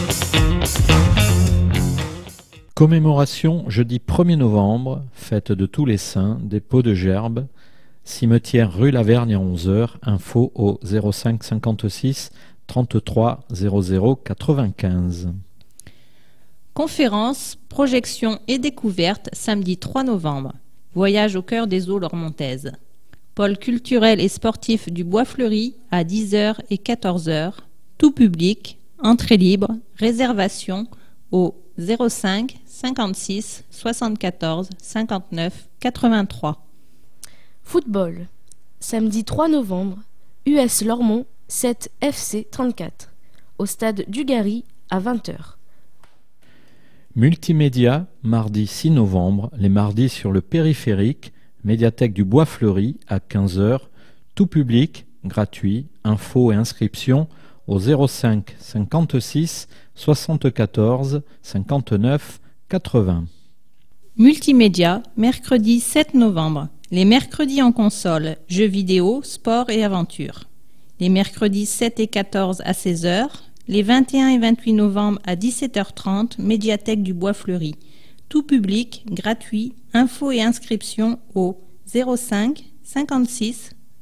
Commémoration jeudi premier novembre, fête de tous les saints, dépôt de gerbes, cimetière rue Lavergne à onze heures, info au zéro cinq cinquante-six trente-trois zéro zéro quatre-vingt-quinze. Conférence, projection et découverte samedi trois novembre. Voyage au cœur des eaux lormontaises. Pôle culturel et sportif du Bois-Fleuri à dix heures et quatorze heures. Tout public, entrée libre, réservation au zéro cinq cinquante-six soixante-quatorze cinquante-neuf quatre-vingt-trois. Football. Samedi trois novembre, U S Lormont sept F C trente-quatre. Au stade du Gary à vingt heures. Multimédia, mardi six novembre, les mardis sur le périphérique, médiathèque du Bois-Fleuri à quinze heures. Tout public, gratuit, info et inscription au zéro cinq cinquante-six soixante-quatorze cinquante-neuf quatre-vingts. Multimédia, mercredi sept novembre. Les mercredis en console, jeux vidéo, sport et aventure. Les mercredis sept et quatorze à seize heures. Les vingt et un et vingt-huit novembre à dix-sept heures trente, médiathèque du Bois-Fleuri. Tout public, gratuit, info et inscription au zéro cinq cinquante-six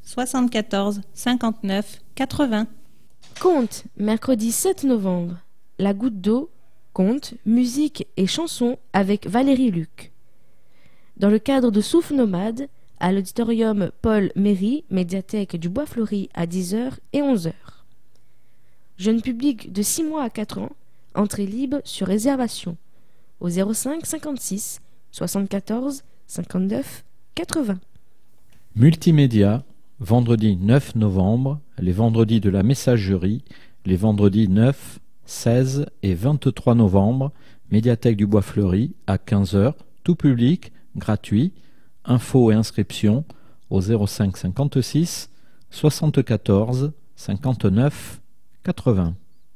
soixante-quatorze, cinquante-neuf, quatre-vingts. Conte, mercredi sept novembre. La goutte d'eau, conte, musique et chansons avec Valérie Luc. Dans le cadre de Souffle Nomade, à l'auditorium Paul Méry, médiathèque du Bois Fleuri à dix heures et onze heures. Jeune public de six mois à quatre ans, entrée libre sur réservation au zéro cinq cinquante-six soixante-quatorze cinquante-neuf quatre-vingts. Multimédia, vendredi neuf novembre, les vendredis de la messagerie, les vendredis neuf, seize et vingt-trois novembre, médiathèque du Bois Fleuri à quinze heures, tout public, gratuit, infos et inscriptions au zéro cinq cinquante-six soixante-quatorze cinquante-neuf quatre-vingts.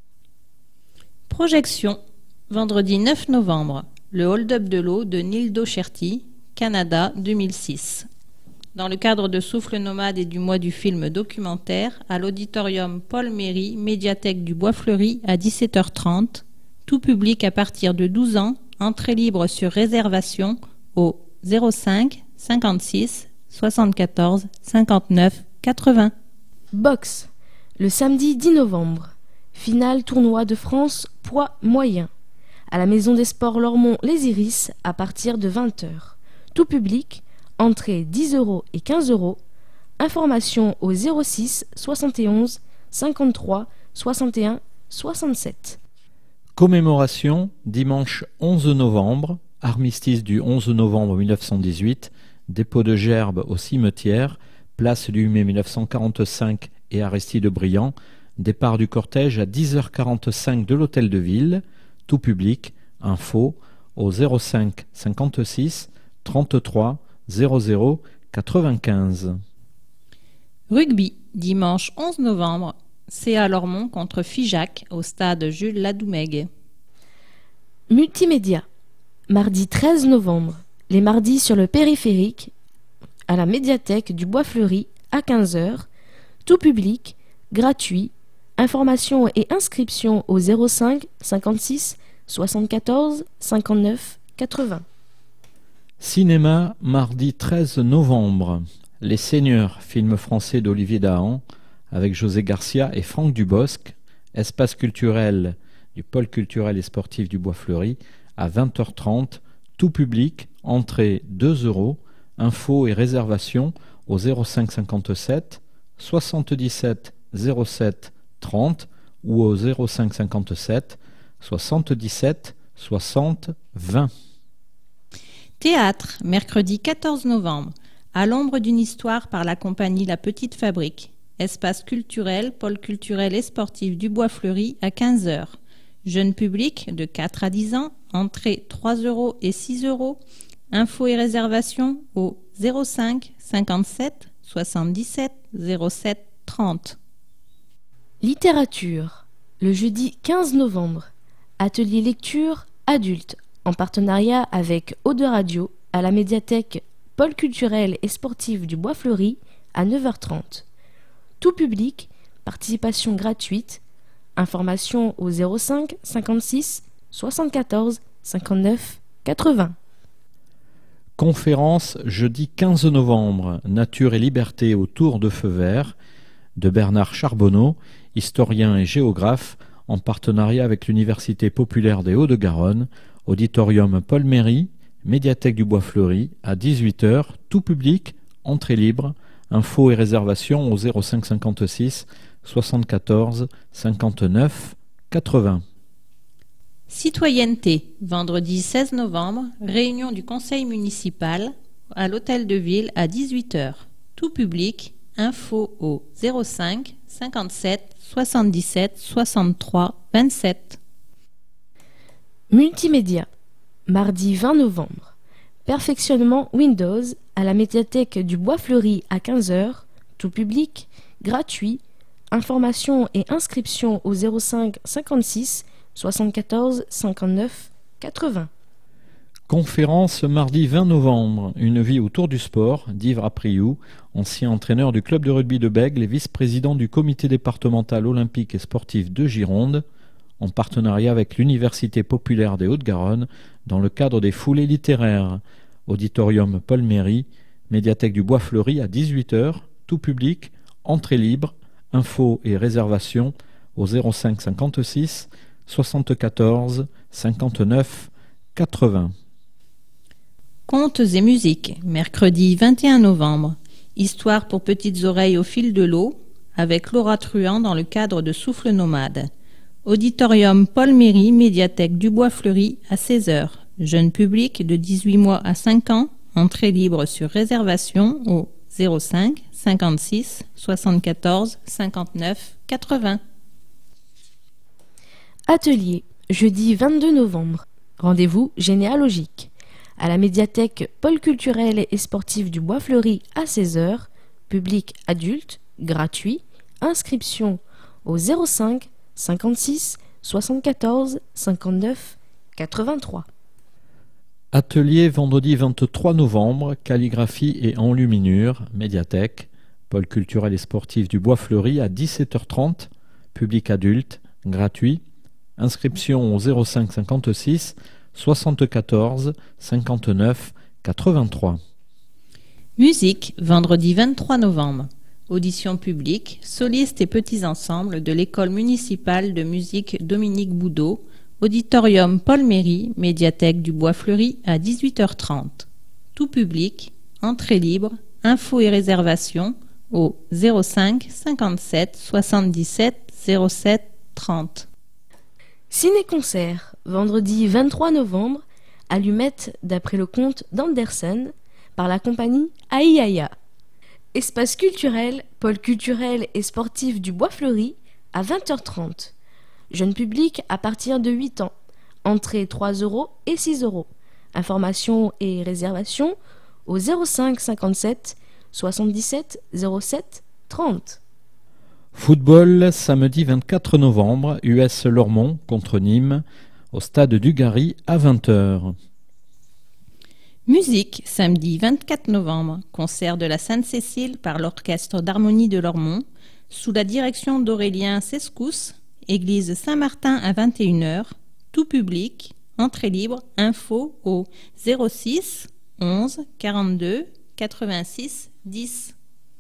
Projection, vendredi neuf novembre, le hold-up de l'eau de Neil Docherty, Canada deux mille six. Dans le cadre de Souffle Nomade et du mois du film documentaire, à l'auditorium Paul Méry, médiathèque du Bois Fleuri à dix-sept heures trente, tout public à partir de douze ans, entrée libre sur réservation au zéro cinq cinquante-six soixante-quatorze cinquante-neuf quatre-vingts. Boxe, le samedi dix novembre. Finale tournoi de France poids moyen. À la Maison des Sports Lormont-Les Iris à partir de vingt heures. Tout public, entrée dix euros et quinze euros. Information au zéro six soixante et onze cinquante-trois soixante et un soixante-sept. Commémoration, dimanche onze novembre, armistice du onze novembre mille neuf cent dix-huit, dépôt de gerbes au cimetière, place du huit mai mille neuf cent quarante-cinq et Aristide Briand, départ du cortège à dix heures quarante-cinq de l'hôtel de ville, tout public, info au zéro cinq cinquante-six trente-trois zéro zéro quatre-vingt-quinze. Rugby, dimanche onze novembre, C A Lormont contre Figeac au stade Jules Ladoumègue. Multimédia, mardi treize novembre, les mardis sur le périphérique, à la médiathèque du Bois Fleuri à quinze heures, tout public, gratuit, information et inscription au zéro cinq cinquante-six soixante-quatorze cinquante-neuf quatre-vingts. Cinéma, mardi treize novembre, Les Seigneurs, film français d'Olivier Dahan, avec José Garcia et Franck Dubosc, espace culturel du pôle culturel et sportif du Bois Fleuri, à vingt heures trente, tout public, entrée deux euros, infos et réservations au zéro cinq cinquante-sept soixante-dix-sept zéro sept trente ou au zéro cinq cinquante-sept soixante-dix-sept soixante vingt. Théâtre, mercredi quatorze novembre, à l'ombre d'une histoire par la compagnie La Petite Fabrique. Espace culturel, pôle culturel et sportif du Bois Fleuri à quinze heures. Jeune public de quatre à dix ans, entrée trois euros et six euros. Infos et réservations au zéro cinq cinquante-sept soixante-dix-sept zéro sept trente. Littérature, le jeudi quinze novembre, atelier lecture adulte en partenariat avec Eau de Radio à la médiathèque pôle culturel et sportif du Bois Fleuri à neuf heures trente. Tout public, participation gratuite, information au zéro cinq cinquante-six soixante-quatorze cinquante-neuf quatre-vingts. Conférence jeudi quinze novembre, Nature et liberté autour de Feu Vert, de Bernard Charbonneau, historien et géographe, en partenariat avec l'Université populaire des Hauts-de-Garonne, auditorium Paul Méry, médiathèque du Bois Fleuri, à dix-huit heures, tout public, entrée libre, infos et réservations au zéro cinq cinquante-six soixante-quatorze cinquante-neuf quatre-vingts. Citoyenneté, vendredi seize novembre, réunion du conseil municipal à l'hôtel de ville à dix-huit heures. Tout public, info au zéro cinq cinquante-sept soixante-dix-sept soixante-trois vingt-sept. Multimédia, mardi vingt novembre, perfectionnement Windows à la médiathèque du Bois Fleuri à quinze heures, tout public, gratuit, information et inscription au zéro cinq cinquante-six soixante-quatorze cinquante-neuf quatre-vingts. Conférence mardi vingt novembre, Une vie autour du sport, d'Yves Rapriou, ancien entraîneur du club de rugby de Bègles et vice-président du comité départemental olympique et sportif de Gironde, en partenariat avec l'Université populaire des Hauts-de-Garonne, dans le cadre des foulées littéraires. Auditorium Paul Méry, médiathèque du Bois Fleuri à dix-huit heures, tout public, entrée libre, infos et réservations au zéro cinq cinquante-six soixante-quatorze cinquante-neuf quatre-vingts. Contes et musiques, mercredi vingt et un novembre. Histoire pour petites oreilles au fil de l'eau, avec Laura Truand dans le cadre de Souffle Nomade. Auditorium Paul Méry, médiathèque du Bois-Fleuri à seize heures. Jeune public de dix-huit mois à cinq ans, entrée libre sur réservation au zéro cinq cinquante-six soixante-quatorze cinquante-neuf quatre-vingts. Atelier, jeudi vingt-deux novembre. Rendez-vous généalogique. À la médiathèque Pôle culturel et sportif du Bois-Fleuri à seize heures. Public adulte, gratuit. Inscription au zéro cinq cinquante-six soixante-quatorze cinquante-neuf quatre-vingt-trois. Atelier vendredi vingt-trois novembre, calligraphie et enluminure, médiathèque, Pôle culturel et sportif du Bois-Fleuri à dix-sept heures trente, public adulte, gratuit. Inscription au zéro cinq cinquante-six soixante-quatorze cinquante-neuf quatre-vingt-trois. Musique, vendredi vingt-trois novembre. Audition publique, solistes et petits ensembles de l'école municipale de musique Dominique Boudot, auditorium Paul Méry, médiathèque du Bois-Fleuri à dix-huit heures trente. Tout public, entrée libre, infos et réservations au zéro cinq cinquante-sept soixante-dix-sept zéro sept trente. Ciné-concert, vendredi vingt-trois novembre, Allumette d'après le conte d'Andersen par la compagnie Aïaïa. Espace culturel, pôle culturel et sportif du Bois-Fleuri à vingt heures trente. Jeune public à partir de huit ans. Entrée trois euros et six euros. Informations et réservations au zéro cinq cinquante-sept soixante-dix-sept zéro sept trente. Football, samedi vingt-quatre novembre, U S Lormont contre Nîmes, au stade du Gary à vingt heures. Musique, samedi vingt-quatre novembre, concert de la Sainte-Cécile par l'Orchestre d'harmonie de Lormont, sous la direction d'Aurélien Sescous, église Saint-Martin à vingt et une heures, tout public, entrée libre, info au zéro six onze quarante-deux quatre-vingt-six dix.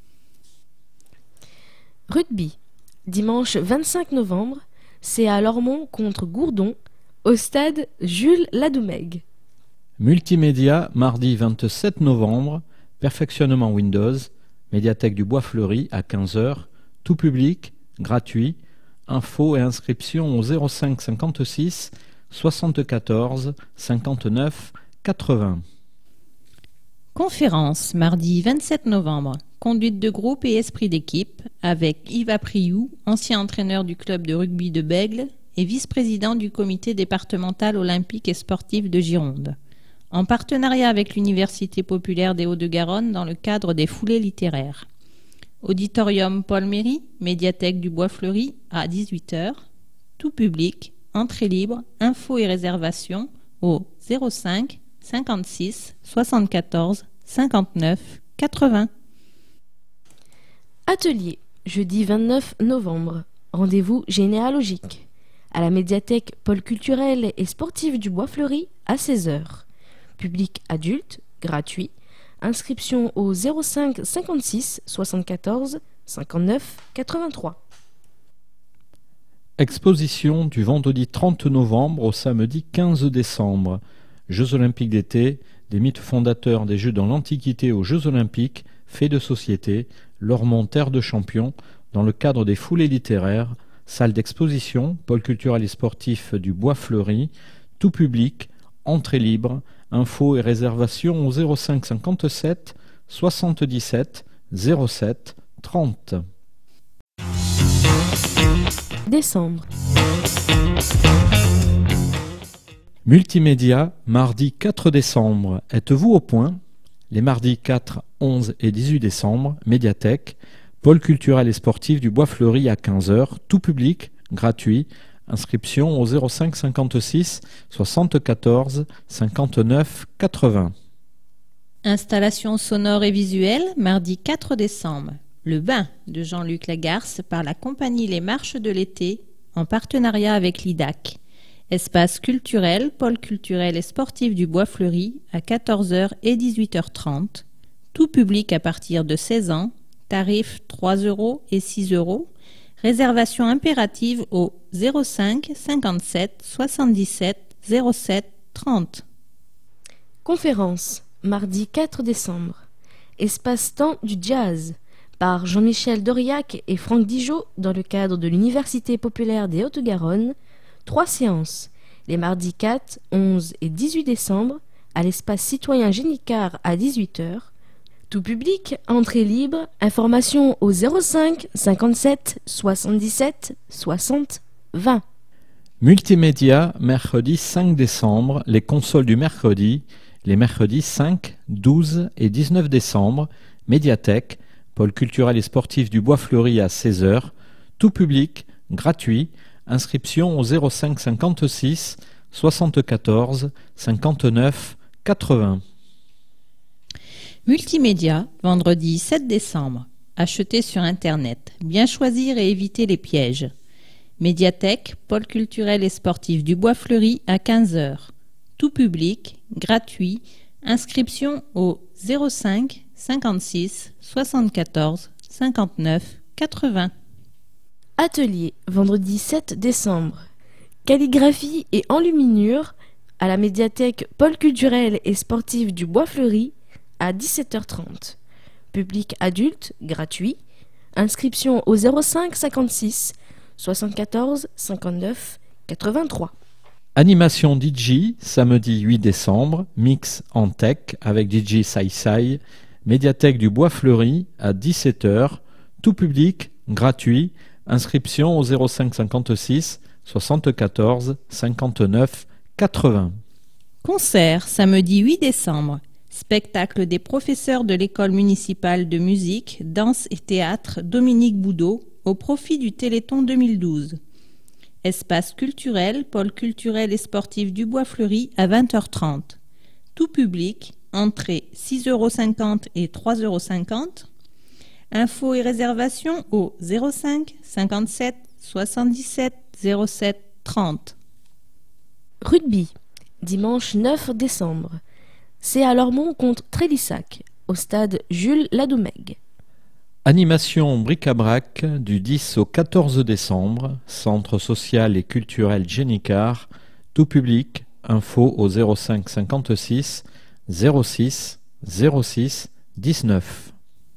Rugby, dimanche vingt-cinq novembre, c'est à Lormont contre Gourdon, au stade Jules Ladoumègue. Multimédia, mardi vingt-sept novembre, perfectionnement Windows, médiathèque du Bois-Fleuri à quinze heures, tout public, gratuit, infos et inscriptions au zéro cinq cinquante-six soixante-quatorze cinquante-neuf quatre-vingts. Conférence, mardi vingt-sept novembre. Conduite de groupe et esprit d'équipe avec Yves Apriou, ancien entraîneur du club de rugby de Bègle et vice-président du comité départemental olympique et sportif de Gironde. En partenariat avec l'Université populaire des Hauts-de-Garonne dans le cadre des foulées littéraires. Auditorium Paul Méry, médiathèque du Bois-Fleuri à dix-huit heures. Tout public, entrée libre, infos et réservations au zéro cinq cinquante-six soixante-quatorze cinquante-neuf quatre-vingts. Atelier, jeudi vingt-neuf novembre. Rendez-vous généalogique. À la médiathèque Pôle culturel et sportif du Bois-Fleuri à seize heures. Public adulte, gratuit. Inscription au zéro cinq cinquante-six soixante-quatorze cinquante-neuf quatre-vingt-trois. Exposition du vendredi trente novembre au samedi quinze décembre. Jeux olympiques d'été, des mythes fondateurs des Jeux dans l'Antiquité aux Jeux olympiques, faits de société, Lormont terre de champions, dans le cadre des foulées littéraires, salle d'exposition, pôle culturel et sportif du Bois-Fleuri, tout public, entrée libre, infos et réservations au zéro cinq cinquante-sept soixante-dix-sept zéro sept trente. Décembre. Multimédia, mardi quatre décembre. Êtes-vous au point ? Les mardis quatre, onze et dix-huit décembre, médiathèque, pôle culturel et sportif du Bois-Fleuri à quinze heures, tout public, gratuit. Inscription au zéro cinq cinquante-six soixante-quatorze cinquante-neuf quatre-vingts. Installation sonore et visuelle, mardi quatre décembre. Le bain de Jean-Luc Lagarce par la compagnie Les Marches de l'été, en partenariat avec l'I D A C. Espace culturel, pôle culturel et sportif du Bois-Fleuri à quatorze heures et dix-huit heures trente. Tout public à partir de seize ans. tarif trois euros et six euros. Réservation impérative au zéro cinq cinquante-sept soixante-dix-sept zéro sept trente. Conférence, mardi quatre décembre. Espace-temps du jazz, par Jean-Michel Doriac et Franck Dijon dans le cadre de l'Université populaire des Hautes-Garonne. Trois séances, les mardis quatre, onze et dix-huit décembre, à l'espace citoyen Génicard à dix-huit heures. Tout public, entrée libre, information au zéro cinq cinquante-sept soixante-dix-sept soixante vingt. Multimédia, mercredi cinq décembre, les consoles du mercredi, les mercredis cinq, douze et dix-neuf décembre, médiathèque, pôle culturel et sportif du Bois Fleuri à seize heures, tout public, gratuit, inscription au zéro cinq cinquante-six soixante-quatorze cinquante-neuf quatre-vingts. Multimédia, vendredi sept décembre. Acheter sur Internet. Bien choisir et éviter les pièges. Médiathèque, pôle culturel et sportif du Bois Fleuri à quinze heures. Tout public, gratuit. Inscription au zéro cinq cinquante-six soixante-quatorze cinquante-neuf quatre-vingts. Atelier, vendredi sept décembre. Calligraphie et enluminure à la médiathèque pôle culturel et sportif du Bois Fleuri à dix-sept heures trente. Public adulte, gratuit. Inscription au zéro cinq cinquante-six soixante-quatorze cinquante-neuf quatre-vingt-trois. Animation D J, samedi huit décembre, mix en tech avec D J Sai Sai, médiathèque du Bois Fleuri à dix-sept heures, tout public, gratuit. Inscription au zéro cinq cinquante-six soixante-quatorze cinquante-neuf quatre-vingts. Concert, samedi huit décembre. Spectacle des professeurs de l'école municipale de musique, danse et théâtre Dominique Boudot au profit du Téléthon deux mille douze. Espace culturel, pôle culturel et sportif du Bois Fleuri à vingt heures trente. Tout public, entrée six euros cinquante et trois euros cinquante. Infos et réservations au zéro cinq cinquante-sept soixante-dix-sept zéro sept trente. Rugby, dimanche neuf décembre. C'est à Lormont contre Trélissac, au stade Jules Ladoumègue. Animation bric-à-brac du dix au quatorze décembre, centre social et culturel Génicard, tout public, info au zéro cinq cinquante-six zéro six zéro six dix-neuf.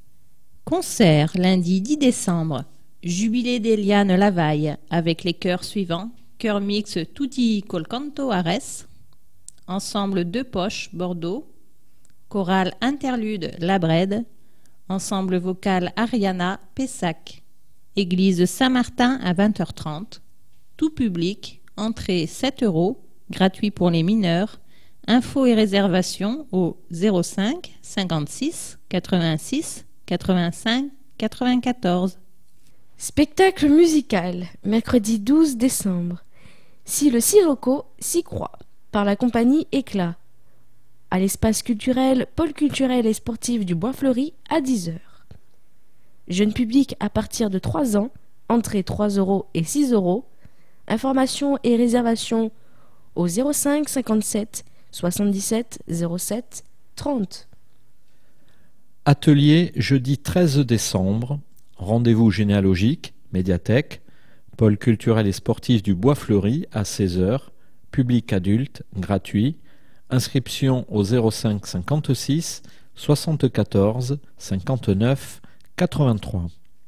Concert, lundi dix décembre. Jubilé d'Eliane Lavaille, avec les chœurs suivants. Chœur mix Tutti col canto Ares. Ensemble Deux Poches, Bordeaux. Chorale interlude La Brède. Ensemble vocal Ariana, Pessac. Église Saint-Martin à vingt heures trente. Tout public, entrée sept euros, gratuit pour les mineurs. Infos et réservations au zéro cinq cinquante-six quatre-vingt-six quatre-vingt-cinq quatre-vingt-quatorze. Spectacle musical, mercredi douze décembre. Si le Sirocco s'y croit, par la compagnie Éclat, à l'espace culturel, pôle culturel et sportif du Bois Fleuri à dix heures. Jeune public à partir de trois ans, entrée trois euros et six euros. Informations et réservations au zéro cinq cinquante-sept soixante-dix-sept zéro sept trente. Atelier jeudi treize décembre, rendez-vous généalogique, médiathèque, pôle culturel et sportif du Bois Fleuri à seize heures, public adulte, gratuit, inscription au zéro cinq cinquante-six soixante-quatorze cinquante-neuf quatre-vingt-trois.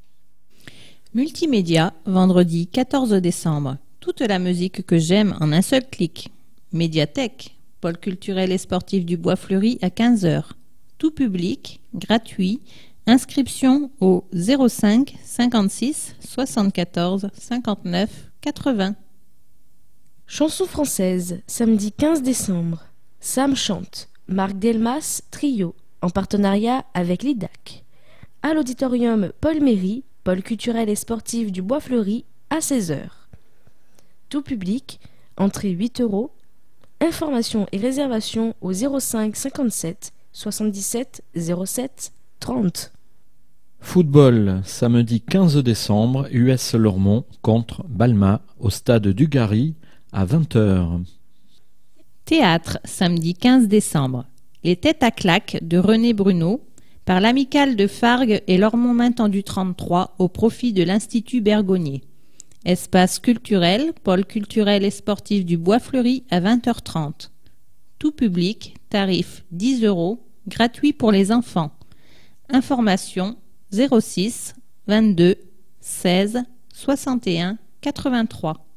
Multimédia, vendredi quatorze décembre. Toute la musique que j'aime en un seul clic. Médiathèque, pôle culturel et sportif du Bois Fleuri à quinze heures. Tout public, gratuit. Inscription au zéro cinq cinquante-six soixante-quatorze cinquante-neuf quatre-vingts. Chanson française, samedi quinze décembre. Sam chante, Marc Delmas Trio, en partenariat avec l'I D A C. À l'auditorium Paul Méry, pôle culturel et sportif du Bois Fleuri, à seize heures. Tout public, entrée huit euros. Informations et réservations au zéro cinq cinquante-sept soixante-dix-sept zéro sept trente. Football, samedi quinze décembre, U S Lormont contre Balma au stade du Gary à vingt heures. Théâtre, samedi quinze décembre. Les Têtes à claques de René Bruno, par l'amicale de Fargues et Lormont-Maintendu trente-trois au profit de l'Institut Bergonié. Espace culturel, pôle culturel et sportif du Bois Fleuri à vingt heures trente. Tout public, tarif dix euros, gratuit pour les enfants. Information zéro six vingt-deux seize soixante et un quatre-vingt-trois.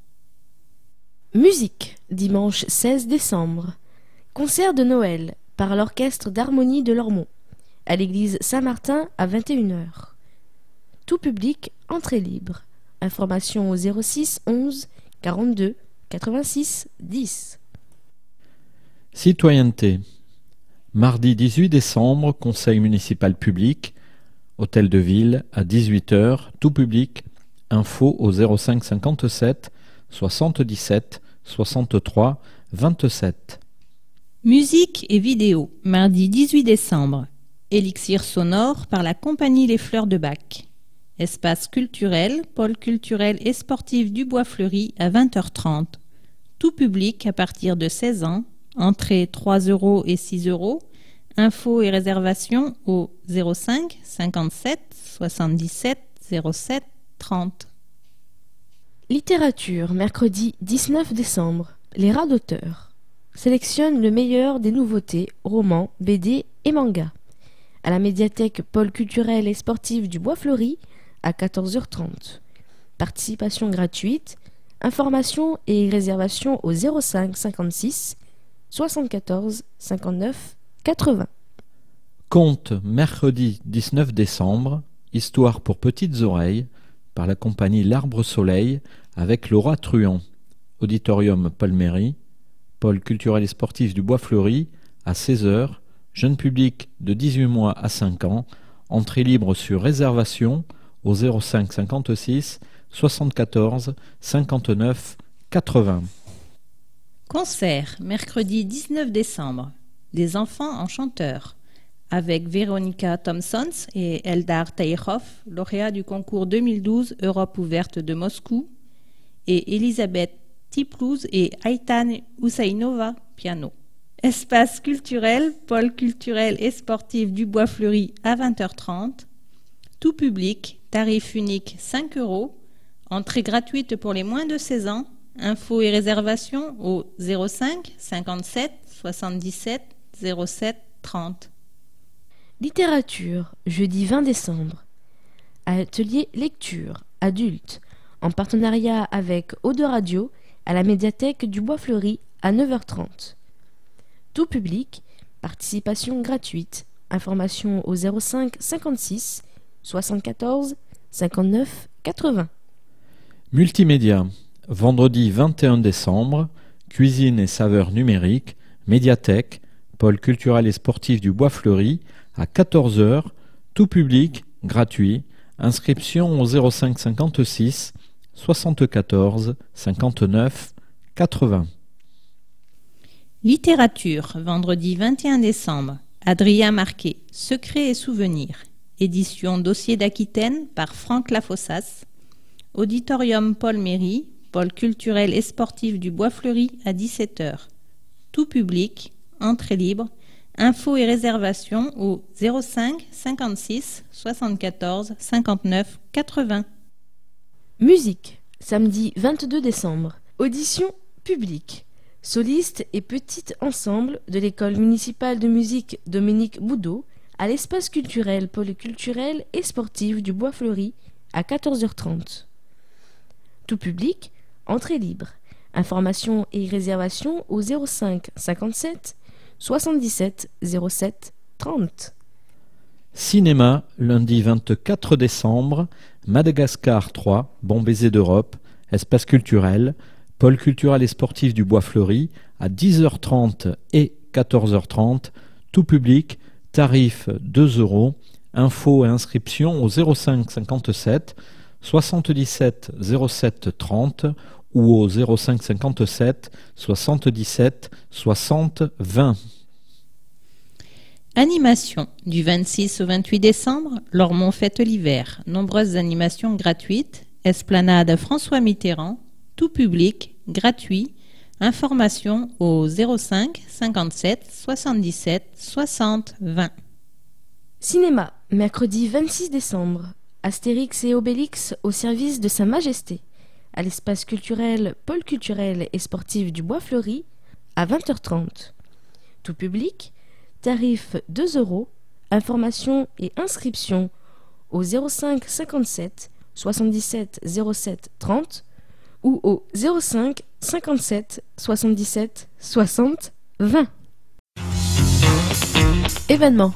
Musique, dimanche seize décembre. Concert de Noël par l'Orchestre d'harmonie de Lormont, à l'église Saint-Martin à vingt et une heures. Tout public, entrée libre. Information au zéro six onze quarante-deux quatre-vingt-six dix. Citoyenneté. Mardi dix-huit décembre, conseil municipal public, hôtel de ville à dix-huit heures, tout public. Info au zéro cinq cinquante-sept soixante-dix-sept soixante-trois vingt-sept. Musique et vidéo, mardi dix-huit décembre. Élixir sonore par la compagnie Les Fleurs de Bac. Espace culturel, pôle culturel et sportif du Bois Fleuri à vingt heures trente. Tout public à partir de seize ans. Entrée trois euros et six euros. Infos et réservations au zéro cinq cinquante-sept soixante-dix-sept zéro sept trente. Littérature, mercredi dix-neuf décembre. Les rats d'auteur sélectionnent le meilleur des nouveautés, romans, B D et mangas. À la médiathèque pôle culturel et sportif du Bois Fleuri à quatorze heures trente. Participation gratuite. Informations et réservations au zéro cinq cinquante-six soixante-quatorze cinquante-neuf quatre-vingts. Conte, mercredi dix-neuf décembre, histoire pour petites oreilles, par la compagnie L'Arbre Soleil, avec Laura Truand. Auditorium Paul Méry, pôle culturel et sportif du Bois Fleuri, à seize heures, jeune public de dix-huit mois à cinq ans, entrée libre sur réservation au zéro cinq cinquante-six soixante-quatorze cinquante-neuf quatre-vingts. Concert, mercredi dix-neuf décembre. Les enfants enchanteurs, avec Véronica Thompsons et Eldar Taïrov, lauréat du concours deux mille douze Europe ouverte de Moscou, et Elisabeth Tiplouz et Aytan Husainova, piano. Espace culturel, pôle culturel et sportif du Bois Fleuri à vingt heures trente. Tout public, tarif unique cinq euros. Entrée gratuite pour les moins de seize ans. Infos et réservations au zéro cinq cinquante-sept soixante-dix-sept zéro sept trente. Littérature, jeudi vingt décembre. Atelier lecture, adulte, en partenariat avec Eau de Radio, à la médiathèque du Bois Fleuri à neuf heures trente. Tout public, participation gratuite. Information au zéro cinq cinquante-six soixante-quatorze cinquante-neuf quatre-vingts. Multimédia. Vendredi vingt et un décembre, cuisine et saveurs numériques, médiathèque, pôle culturel et sportif du Bois Fleuri, à quatorze heures, tout public, gratuit. Inscription au zéro cinq cinquante-six soixante-quatorze cinquante-neuf quatre-vingts. Littérature, vendredi vingt et un décembre. Adrien Marquet, Secrets et souvenirs. Édition Dossier d'Aquitaine par Franck Lafossas. Auditorium Paul Méry, pôle culturel et sportif du Bois Fleuri à dix-sept heures. Tout public, entrée libre. Infos et réservations au zéro cinq cinquante-six soixante-quatorze cinquante-neuf quatre-vingts. Musique, samedi vingt-deux décembre. Audition publique. Soliste et petit ensemble de l'école municipale de musique Dominique Boudot à l'espace culturel, polyculturel et sportif du Bois Fleuri à quatorze heures trente. Tout public, entrée libre. Informations et réservations au zéro cinq cinquante-sept soixante-dix-sept zéro sept trente. Cinéma, lundi vingt-quatre décembre, Madagascar trois, Bon baiser d'Europe, espace culturel, pôle culturel et sportif du Bois Fleuri, à dix heures trente et quatorze heures trente, tout public, tarif deux euros, info et inscription au zéro cinq cinquante-sept soixante-dix-sept zéro sept trente ou au zéro cinq cinquante-sept soixante-dix-sept soixante vingt. Animation, du vingt-six au vingt-huit décembre, Lormont fête l'hiver. Nombreuses animations gratuites. Esplanade François Mitterrand, tout public, gratuit. Information au zéro cinq cinquante-sept soixante-dix-sept soixante vingt. Cinéma, mercredi vingt-six décembre. Astérix et Obélix au service de Sa Majesté. À l'espace culturel, pôle culturel et sportif du Bois Fleuri, à vingt heures trente. Tout public, tarif deux euros, information et inscription au zéro cinq cinquante-sept soixante-dix-sept zéro sept trente ou au zéro cinq cinquante-sept soixante-dix-sept soixante vingt. Événement.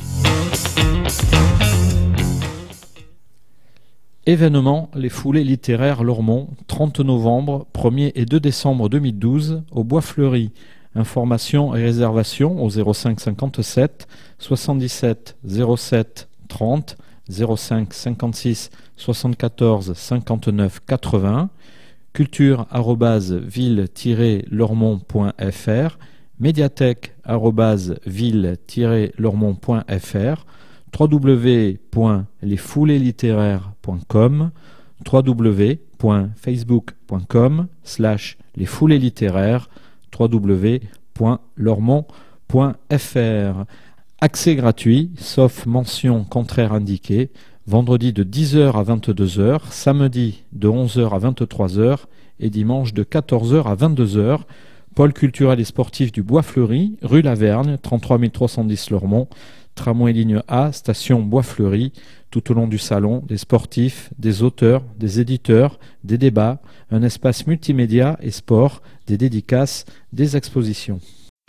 Événement, les foulées littéraires Lormont, trente novembre, premier et deux décembre deux mille douze, au Bois Fleuri. Informations et réservations au zéro cinq cinquante-sept soixante-dix-sept zéro sept trente, zéro cinq cinquante-six soixante-quatorze cinquante-neuf quatre-vingts, culture arobase ville tiret lormont point f r, médiathèque arobase ville tiret lormont point f r, w w w point les foulées littéraires point com, w w w point facebook point com slash les foulées littéraires, w w w point lormont point f r. Accès gratuit, sauf mention contraire indiquée, vendredi de dix heures à vingt-deux heures, samedi de onze heures à vingt-trois heures et dimanche de quatorze heures à vingt-deux heures. Pôle culturel et sportif du Bois Fleuri, rue Lavergne, trente-trois mille trois cent dix Lormont, tramway ligne A, station Bois Fleuri. Tout au long du salon, des sportifs, des auteurs, des éditeurs, des débats, un espace multimédia et sport, des dédicaces, des expositions.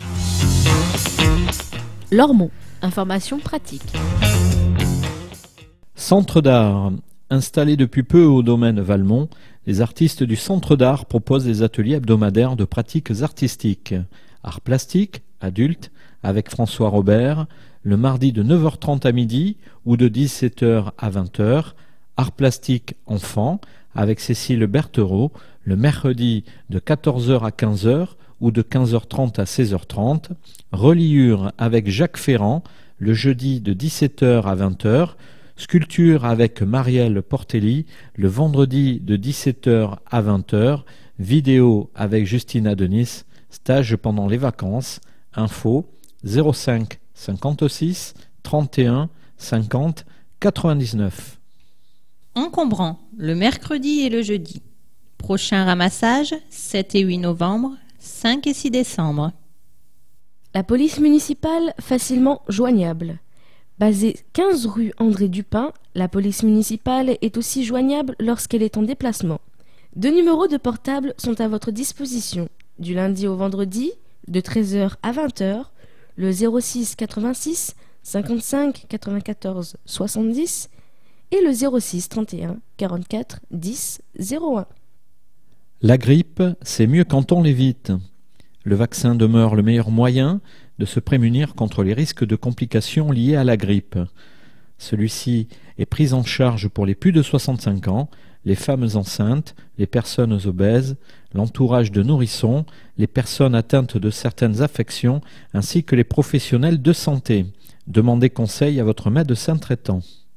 Lormont, information pratique. Centre d'art. Installé depuis peu au domaine Valmont, les artistes du Centre d'art proposent des ateliers hebdomadaires de pratiques artistiques. Art plastique, adulte, avec François Robert, le mardi de neuf heures trente à midi ou de dix-sept heures à vingt heures. Art plastique enfant, avec Cécile Berthereau, le mercredi de quatorze heures à quinze heures ou de quinze heures trente à seize heures trente. Reliure avec Jacques Ferrand, le jeudi de dix-sept heures à vingt heures. Sculpture avec Marielle Portelli, le vendredi de dix-sept heures à vingt heures. Vidéo avec Justina Denis, stage pendant les vacances. Info zéro cinq cinquante-six trente et un cinquante quatre-vingt-dix-neuf. Encombrant, le mercredi et le jeudi. Prochain ramassage, sept et huit novembre, cinq et six décembre. La police municipale facilement joignable. Basée quinze rue André Dupin, la police municipale est aussi joignable lorsqu'elle est en déplacement. Deux numéros de portable sont à votre disposition, du lundi au vendredi, de treize heures à vingt heures, le zéro six quatre-vingt-six cinquante-cinq quatre-vingt-quatorze soixante-dix et le zéro six trente et un quarante-quatre dix zéro un. La grippe, c'est mieux quand on l'évite. Le vaccin demeure le meilleur moyen de se prémunir contre les risques de complications liées à la grippe. Celui-ci est pris en charge pour les plus de soixante-cinq ans, les femmes enceintes, les personnes obèses, l'entourage de nourrissons, les personnes atteintes de certaines affections, ainsi que les professionnels de santé. Demandez conseil à votre médecin traitant.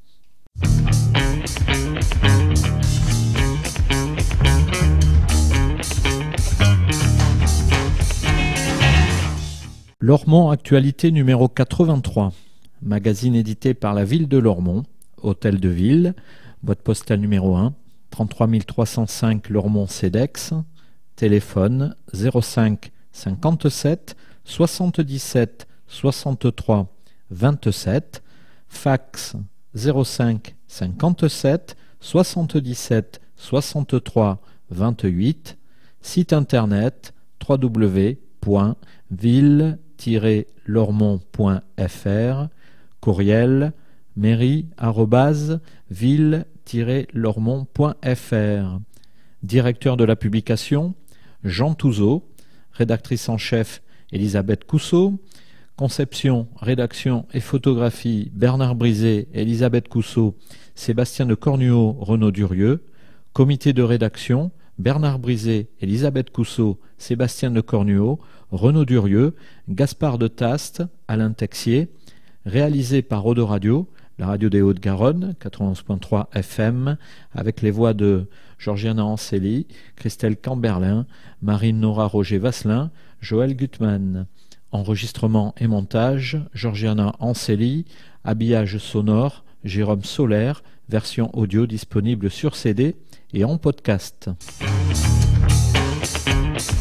Lormont Actualité numéro quatre-vingt-trois, magazine édité par la ville de Lormont, hôtel de ville, boîte postale numéro un, trente-trois mille trois cent cinq Lormont Cedex, téléphone zéro cinq cinquante-sept soixante-dix-sept soixante-trois vingt-sept, fax zéro cinq cinquante-sept soixante-dix-sept soixante-trois vingt-huit, site internet w w w point ville tiret lormont point f r, courriel mairie arobase ville tiret lormont point f r. Directeur de la publication Jean Touzeau, rédactrice en chef Elisabeth Cousseau, conception, rédaction et photographie Bernard Brisé, Elisabeth Cousseau, Sébastien de Cornuau, Renaud Durieux, comité de rédaction Bernard Brisé, Elisabeth Cousseau, Sébastien de Cornuau, Renaud Durieux, Gaspard de Taste, Alain Texier, réalisé par Odo Radio, la radio des Hauts-de-Garonne, quatre-vingt-onze point trois F M, avec les voix de Georgiana Anceli, Christelle Camberlin, Marine Nora Roger Vasselin, Joël Gutmann. Enregistrement et montage, Georgiana Anceli. Habillage sonore, Jérôme Solaire. Version audio disponible sur C D et en podcast.